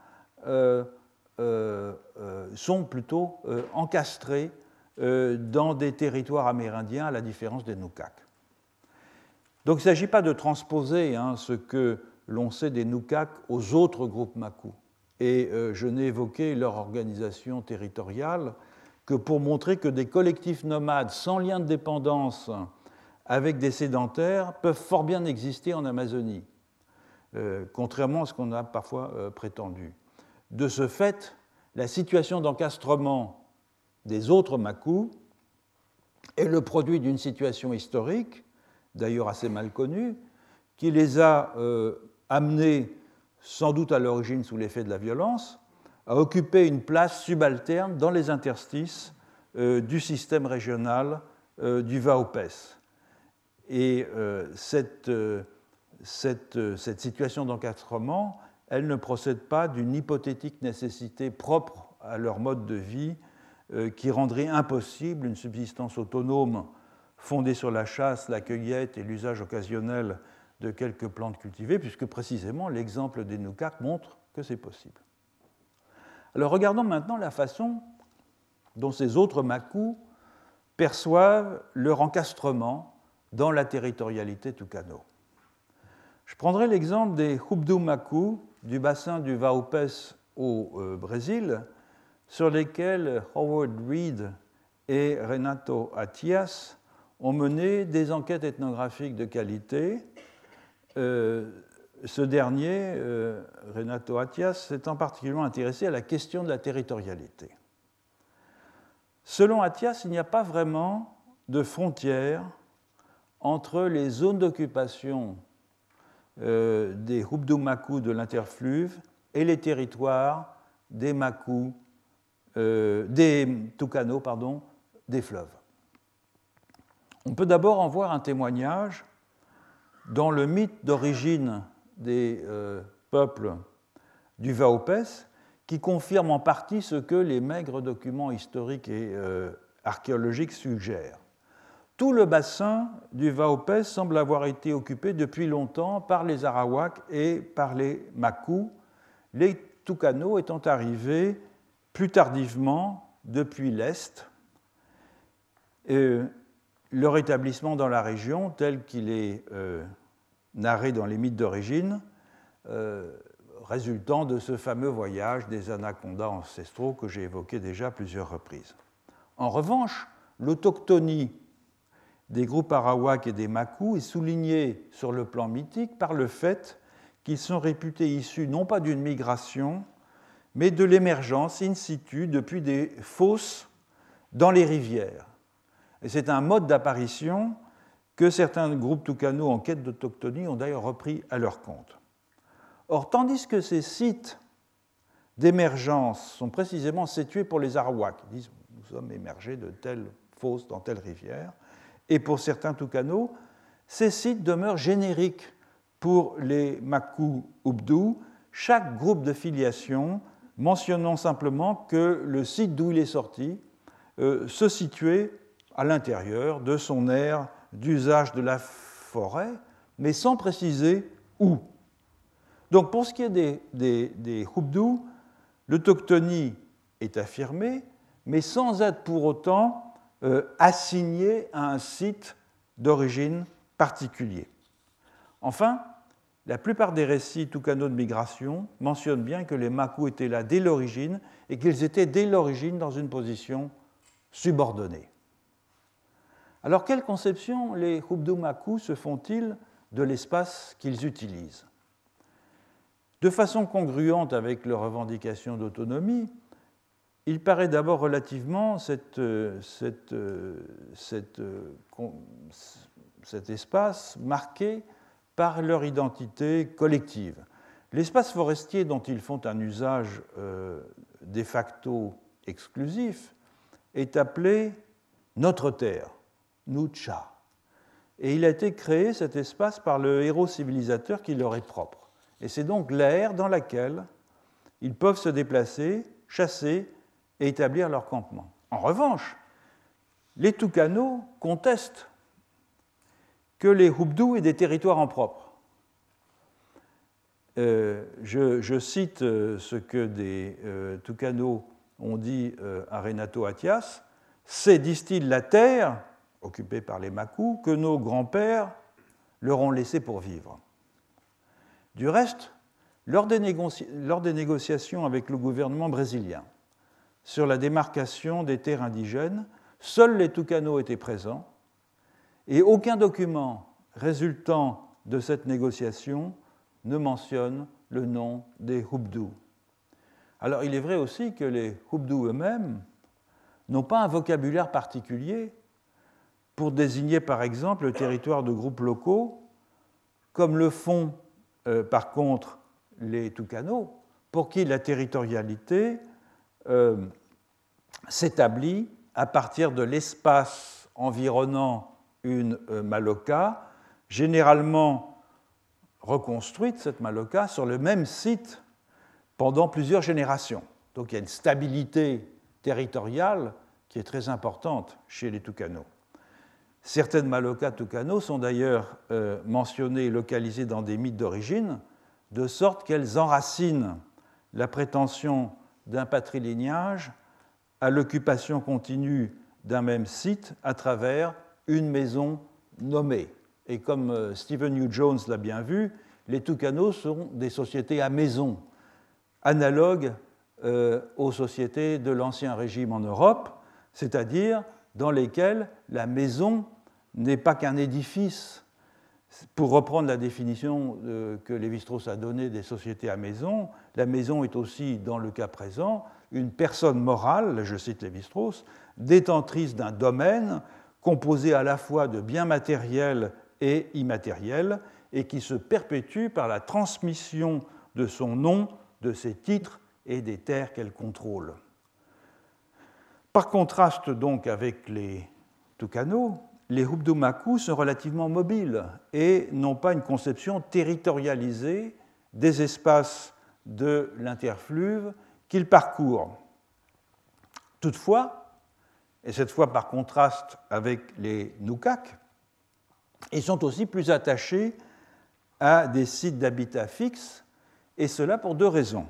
sont plutôt encastrés dans des territoires amérindiens, à la différence des Nukak. Donc il ne s'agit pas de transposer ce que l'on sait des Nukak aux autres groupes Makou. Et je n'ai évoqué leur organisation territoriale que pour montrer que des collectifs nomades sans lien de dépendance avec des sédentaires peuvent fort bien exister en Amazonie, contrairement à ce qu'on a parfois prétendu. De ce fait, la situation d'encastrement des autres Makou est le produit d'une situation historique, d'ailleurs assez mal connue, qui les a amenés, sans doute à l'origine sous l'effet de la violence, à occuper une place subalterne dans les interstices du système régional du Vaupés. Et cette situation d'encastrement, elle ne procède pas d'une hypothétique nécessité propre à leur mode de vie qui rendrait impossible une subsistance autonome fondée sur la chasse, la cueillette et l'usage occasionnel de quelques plantes cultivées, puisque précisément l'exemple des Nukak montre que c'est possible. Alors regardons maintenant la façon dont ces autres Makus perçoivent leur encastrement dans la territorialité Tucano. Je prendrai l'exemple des Hubdu Makus du bassin du Vaupés au Brésil, sur lesquels Howard Reed et Renato Attias ont mené des enquêtes ethnographiques de qualité. Ce dernier, Renato Attias, s'étant particulièrement intéressé à la question de la territorialité. Selon Attias, il n'y a pas vraiment de frontière entre les zones d'occupation des Hubdu Makus de l'interfluve et les territoires des Makus, des Tucano, des fleuves. On peut d'abord en voir un témoignage dans le mythe d'origine des peuples du Vaupés, qui confirme en partie ce que les maigres documents historiques et archéologiques suggèrent. Tout le bassin du Vaupés semble avoir été occupé depuis longtemps par les Arawaks et par les Makus, les Tucano étant arrivés plus tardivement depuis l'Est. Leur établissement dans la région, tel qu'il est narré dans les mythes d'origine, résultant de ce fameux voyage des anacondas ancestraux que j'ai évoqué déjà à plusieurs reprises. En revanche, l'autochtonie des groupes Arawaks et des Makus est soulignée sur le plan mythique par le fait qu'ils sont réputés issus non pas d'une migration, mais de l'émergence in situ depuis des fosses dans les rivières. Et c'est un mode d'apparition que certains groupes Tucano en quête d'autochtonie ont d'ailleurs repris à leur compte. Or, tandis que ces sites d'émergence sont précisément situés pour les Arawaks, ils disent « nous sommes émergés de telle fosse dans telle rivière », et pour certains Tucano, ces sites demeurent génériques pour les Makus Hubdu, chaque groupe de filiation mentionnant simplement que le site d'où il est sorti se situait à l'intérieur de son aire d'usage de la forêt, mais sans préciser où. Donc pour ce qui est des Hubdu, l'autochtonie est affirmée, mais sans être pour autant assignée à un site d'origine particulier. Enfin, la plupart des récits Tucano de migration mentionnent bien que les Makus étaient là dès l'origine et qu'ils étaient dès l'origine dans une position subordonnée. Alors, quelle conception les Hubdu Makus se font-ils de l'espace qu'ils utilisent ? De façon congruente avec leurs revendications d'autonomie, il paraît d'abord relativement cet espace marqué par leur identité collective. L'espace forestier dont ils font un usage de facto exclusif est appelé Notre Terre, Nucha. Et il a été créé, cet espace, par le héros civilisateur qui leur est propre. Et c'est donc l'aire dans laquelle ils peuvent se déplacer, chasser et établir leur campement. En revanche, les Tucano contestent que les Hubdu aient des territoires en propre. Je cite ce que des Tucano ont dit à Renato Attias. C'est, disent-ils, la terre, occupée par les Makus, que nos grands-pères leur ont laissée pour vivre. Du reste, lors des négociations avec le gouvernement brésilien sur la démarcation des terres indigènes, seuls les Tucano étaient présents et aucun document résultant de cette négociation ne mentionne le nom des Hubdu. Alors il est vrai aussi que les Hubdu eux-mêmes n'ont pas un vocabulaire particulier pour désigner par exemple le territoire de groupes locaux, comme le font par contre les Tucano, pour qui la territorialité s'établit à partir de l'espace environnant une maloca, généralement reconstruite, cette maloca, sur le même site pendant plusieurs générations. Donc il y a une stabilité territoriale qui est très importante chez les Tucanos. Certaines Malokas Tucanos sont d'ailleurs mentionnées et localisées dans des mythes d'origine, de sorte qu'elles enracinent la prétention d'un patrilignage à l'occupation continue d'un même site à travers une maison nommée. Et comme Stephen Hugh Jones l'a bien vu, les Tucanos sont des sociétés à maison, analogues aux sociétés de l'Ancien Régime en Europe, c'est-à-dire dans lesquelles la maison n'est pas qu'un édifice. Pour reprendre la définition que Lévi-Strauss a donnée des sociétés à maison, la maison est aussi, dans le cas présent, une personne morale, je cite Lévi-Strauss, détentrice d'un domaine composé à la fois de biens matériels et immatériels et qui se perpétue par la transmission de son nom, de ses titres et des terres qu'elle contrôle. Par contraste donc avec les Tucanos, les Hubdu-Maku sont relativement mobiles et n'ont pas une conception territorialisée des espaces de l'interfluve qu'ils parcourent. Toutefois, et cette fois par contraste avec les Nukak, ils sont aussi plus attachés à des sites d'habitat fixes, et cela pour deux raisons.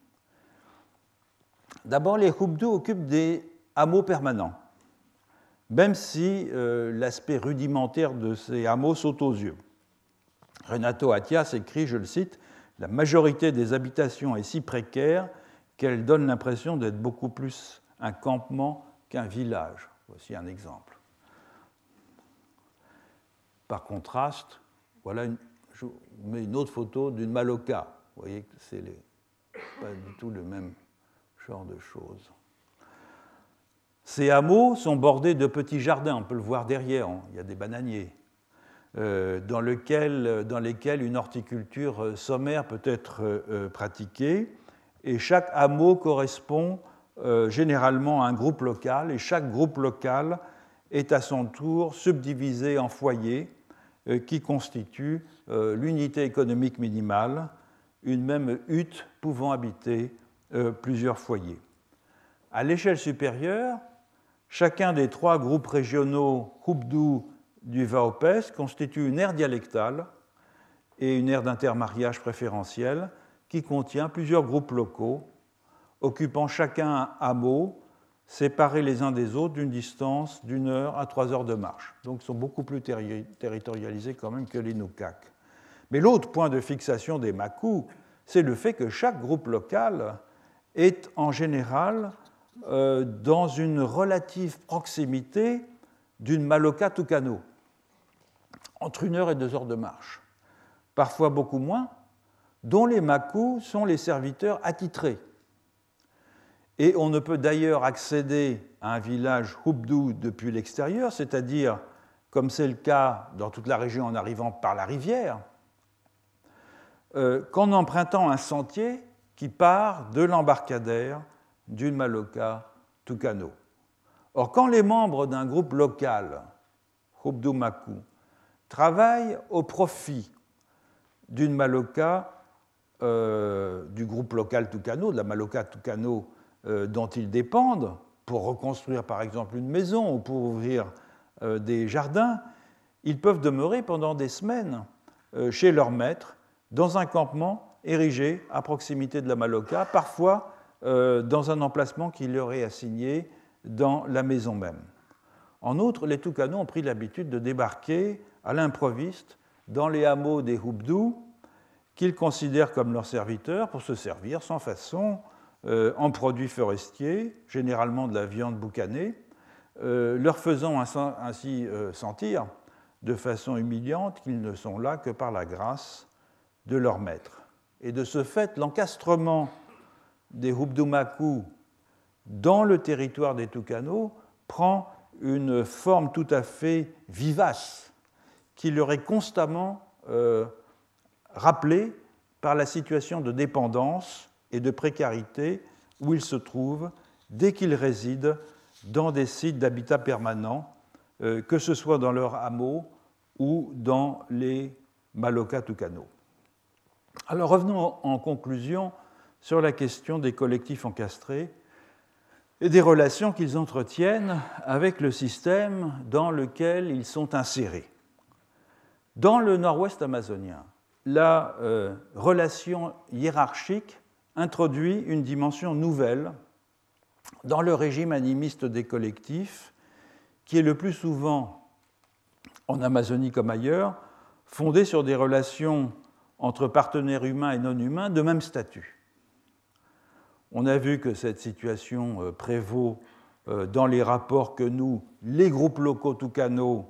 D'abord, les Hubdu occupent des hameaux permanents, même si l'aspect rudimentaire de ces hameaux saute aux yeux. Renato Attias écrit, je le cite, « La majorité des habitations est si précaire qu'elle donne l'impression d'être beaucoup plus un campement qu'un village. » Voici un exemple. Par contraste, voilà je vous mets une autre photo d'une Maloka. Vous voyez que ce n'est pas du tout le même genre de choses. Ces hameaux sont bordés de petits jardins, on peut le voir derrière, il y a des bananiers, dans lesquels une horticulture sommaire peut être pratiquée, et chaque hameau correspond généralement à un groupe local, et chaque groupe local est à son tour subdivisé en foyers qui constituent l'unité économique minimale, une même hutte pouvant habiter plusieurs foyers. À l'échelle supérieure, chacun des trois groupes régionaux Hubdu du Vaupés constitue une aire dialectale et une aire d'intermariage préférentiel qui contient plusieurs groupes locaux, occupant chacun un hameau, séparés les uns des autres d'une distance d'1 heure à 3 heures de marche. Donc ils sont beaucoup plus territorialisés quand même que les Nukak. Mais l'autre point de fixation des Maku, c'est le fait que chaque groupe local est en général dans une relative proximité d'une Maloka Tucano, entre 1 heure et 2 heures de marche, parfois beaucoup moins, dont les Maku sont les serviteurs attitrés. Et on ne peut d'ailleurs accéder à un village Hubdu depuis l'extérieur, c'est-à-dire, comme c'est le cas dans toute la région en arrivant par la rivière, qu'en empruntant un sentier qui part de l'embarcadère d'une Maloka Tucano. Or, quand les membres d'un groupe local, Hubdu Maku, travaillent au profit d'une Maloka, du groupe local Tucano, de la Maloka Tucano dont ils dépendent, pour reconstruire par exemple une maison ou pour ouvrir des jardins, ils peuvent demeurer pendant des semaines chez leur maître, dans un campement érigé à proximité de la Maloka, parfois dans un emplacement qui leur est assigné dans la maison même. En outre, les Tucanos ont pris l'habitude de débarquer à l'improviste dans les hameaux des Hubdu, qu'ils considèrent comme leurs serviteurs pour se servir sans façon en produits forestiers, généralement de la viande boucanée, leur faisant ainsi sentir de façon humiliante qu'ils ne sont là que par la grâce de leur maître. Et de ce fait, l'encastrement des Hubdu Maku dans le territoire des Tucanos prend une forme tout à fait vivace qui leur est constamment rappelée par la situation de dépendance et de précarité où ils se trouvent dès qu'ils résident dans des sites d'habitat permanent, que ce soit dans leur hameau ou dans les Maloka Tucano. Alors revenons en conclusion sur la question des collectifs encastrés et des relations qu'ils entretiennent avec le système dans lequel ils sont insérés. Dans le nord-ouest amazonien, la relation hiérarchique introduit une dimension nouvelle dans le régime animiste des collectifs, qui est le plus souvent, en Amazonie comme ailleurs, fondé sur des relations entre partenaires humains et non humains de même statut. On a vu que cette situation prévaut dans les rapports que nouent les groupes locaux Tucano,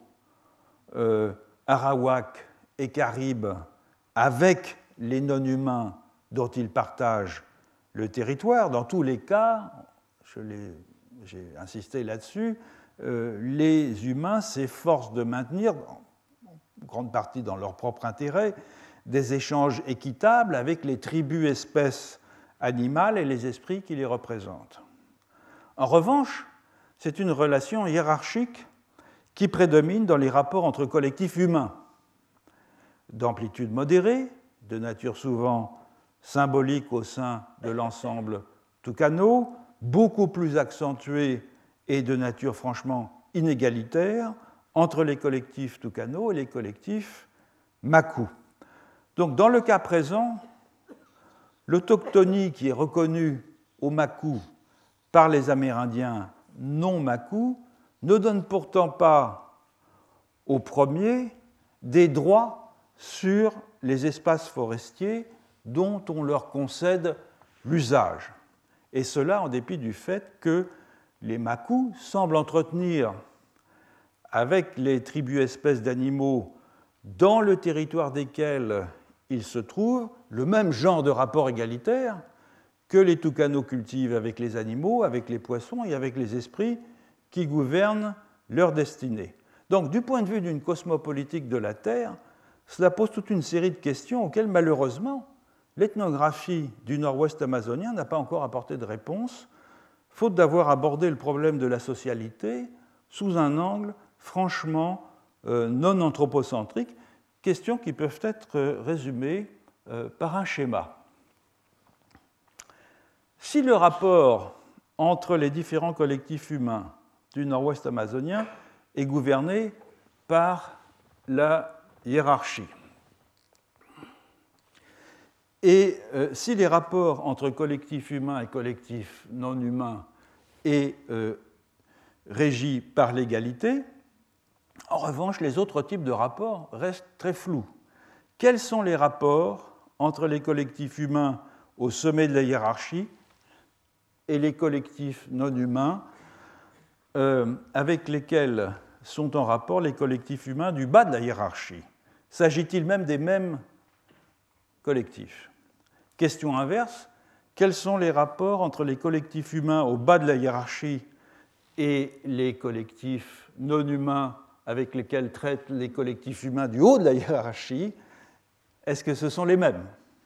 Arawak et Caribes avec les non-humains dont ils partagent le territoire. Dans tous les cas, j'ai insisté là-dessus, les humains s'efforcent de maintenir, en grande partie dans leur propre intérêt, des échanges équitables avec les tribus espèces animales et les esprits qui les représentent. En revanche, c'est une relation hiérarchique qui prédomine dans les rapports entre collectifs humains, d'amplitude modérée, de nature souvent symbolique au sein de l'ensemble Tucano, beaucoup plus accentuée et de nature franchement inégalitaire entre les collectifs Tucano et les collectifs Maku. Donc, dans le cas présent, l'autochtonie qui est reconnue aux Maku par les Amérindiens non Maku ne donne pourtant pas aux premiers des droits sur les espaces forestiers dont on leur concède l'usage. Et cela en dépit du fait que les Maku semblent entretenir avec les tribus espèces d'animaux dans le territoire desquels ils se trouvent le même genre de rapport égalitaire que les Tucano cultivent avec les animaux, avec les poissons et avec les esprits qui gouvernent leur destinée. Donc, du point de vue d'une cosmopolitique de la Terre, cela pose toute une série de questions auxquelles, malheureusement, l'ethnographie du nord-ouest amazonien n'a pas encore apporté de réponse, faute d'avoir abordé le problème de la socialité sous un angle franchement non anthropocentrique, questions qui peuvent être résumées par un schéma. Si le rapport entre les différents collectifs humains du nord-ouest amazonien est gouverné par la hiérarchie, et si les rapports entre collectifs humains et collectifs non humains est régi par l'égalité, en revanche, les autres types de rapports restent très flous. Quels sont les rapports entre les collectifs humains au sommet de la hiérarchie et les collectifs non humains avec lesquels sont en rapport les collectifs humains du bas de la hiérarchie? S'agit-il même des mêmes collectifs? Question inverse, quels sont les rapports entre les collectifs humains au bas de la hiérarchie et les collectifs non humains avec lesquels traitent les collectifs humains du haut de la hiérarchie? Est-ce que ce sont les mêmes?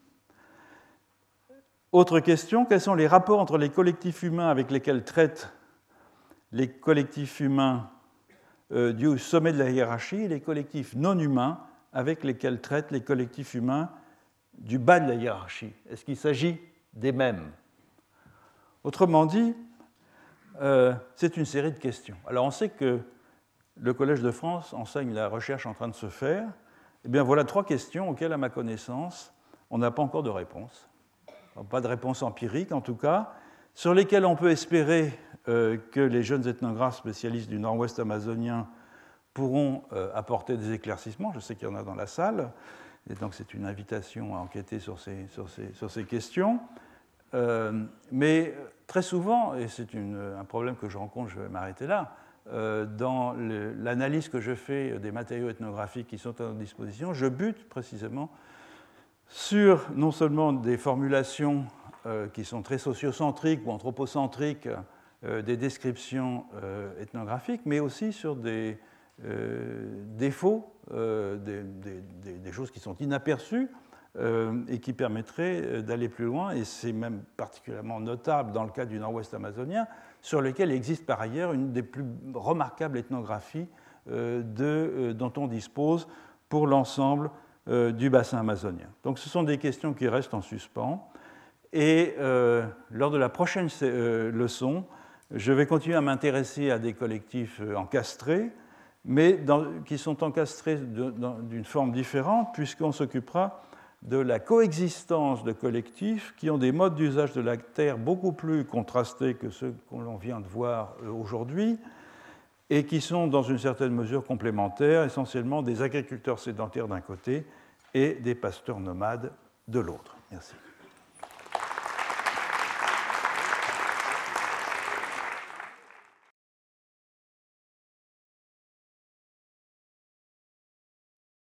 Autre question, quels sont les rapports entre les collectifs humains avec lesquels traitent les collectifs humains du sommet de la hiérarchie et les collectifs non humains avec lesquels traitent les collectifs humains du bas de la hiérarchie? Est-ce qu'il s'agit des mêmes? Autrement dit, c'est une série de questions. Alors on sait que le Collège de France enseigne la recherche en train de se faire. Eh bien voilà 3 questions auxquelles, à ma connaissance, on n'a pas encore de réponse. Pas de réponse empirique en tout cas, sur lesquelles on peut espérer que les jeunes ethnographes spécialistes du nord-ouest amazonien pourront apporter des éclaircissements. Je sais qu'il y en a dans la salle, et donc c'est une invitation à enquêter sur ces questions. Mais très souvent, et c'est un problème que je rencontre, je vais m'arrêter là, dans l'analyse que je fais des matériaux ethnographiques qui sont à notre disposition, je bute précisément sur non seulement des formulations qui sont très sociocentriques ou anthropocentriques des descriptions ethnographiques, mais aussi sur des défauts, des choses qui sont inaperçues et qui permettraient d'aller plus loin, et c'est même particulièrement notable dans le cas du nord-ouest amazonien, sur lequel il existe par ailleurs une des plus remarquables ethnographies dont on dispose pour l'ensemble du bassin amazonien. Donc ce sont des questions qui restent en suspens, Et lors de la prochaine leçon, je vais continuer à m'intéresser à des collectifs encastrés, mais qui sont encastrés d'une forme différente, puisqu'on s'occupera de la coexistence de collectifs qui ont des modes d'usage de la terre beaucoup plus contrastés que ceux que l'on vient de voir aujourd'hui, et qui sont dans une certaine mesure complémentaires, essentiellement des agriculteurs sédentaires d'un côté et des pasteurs nomades de l'autre. Merci.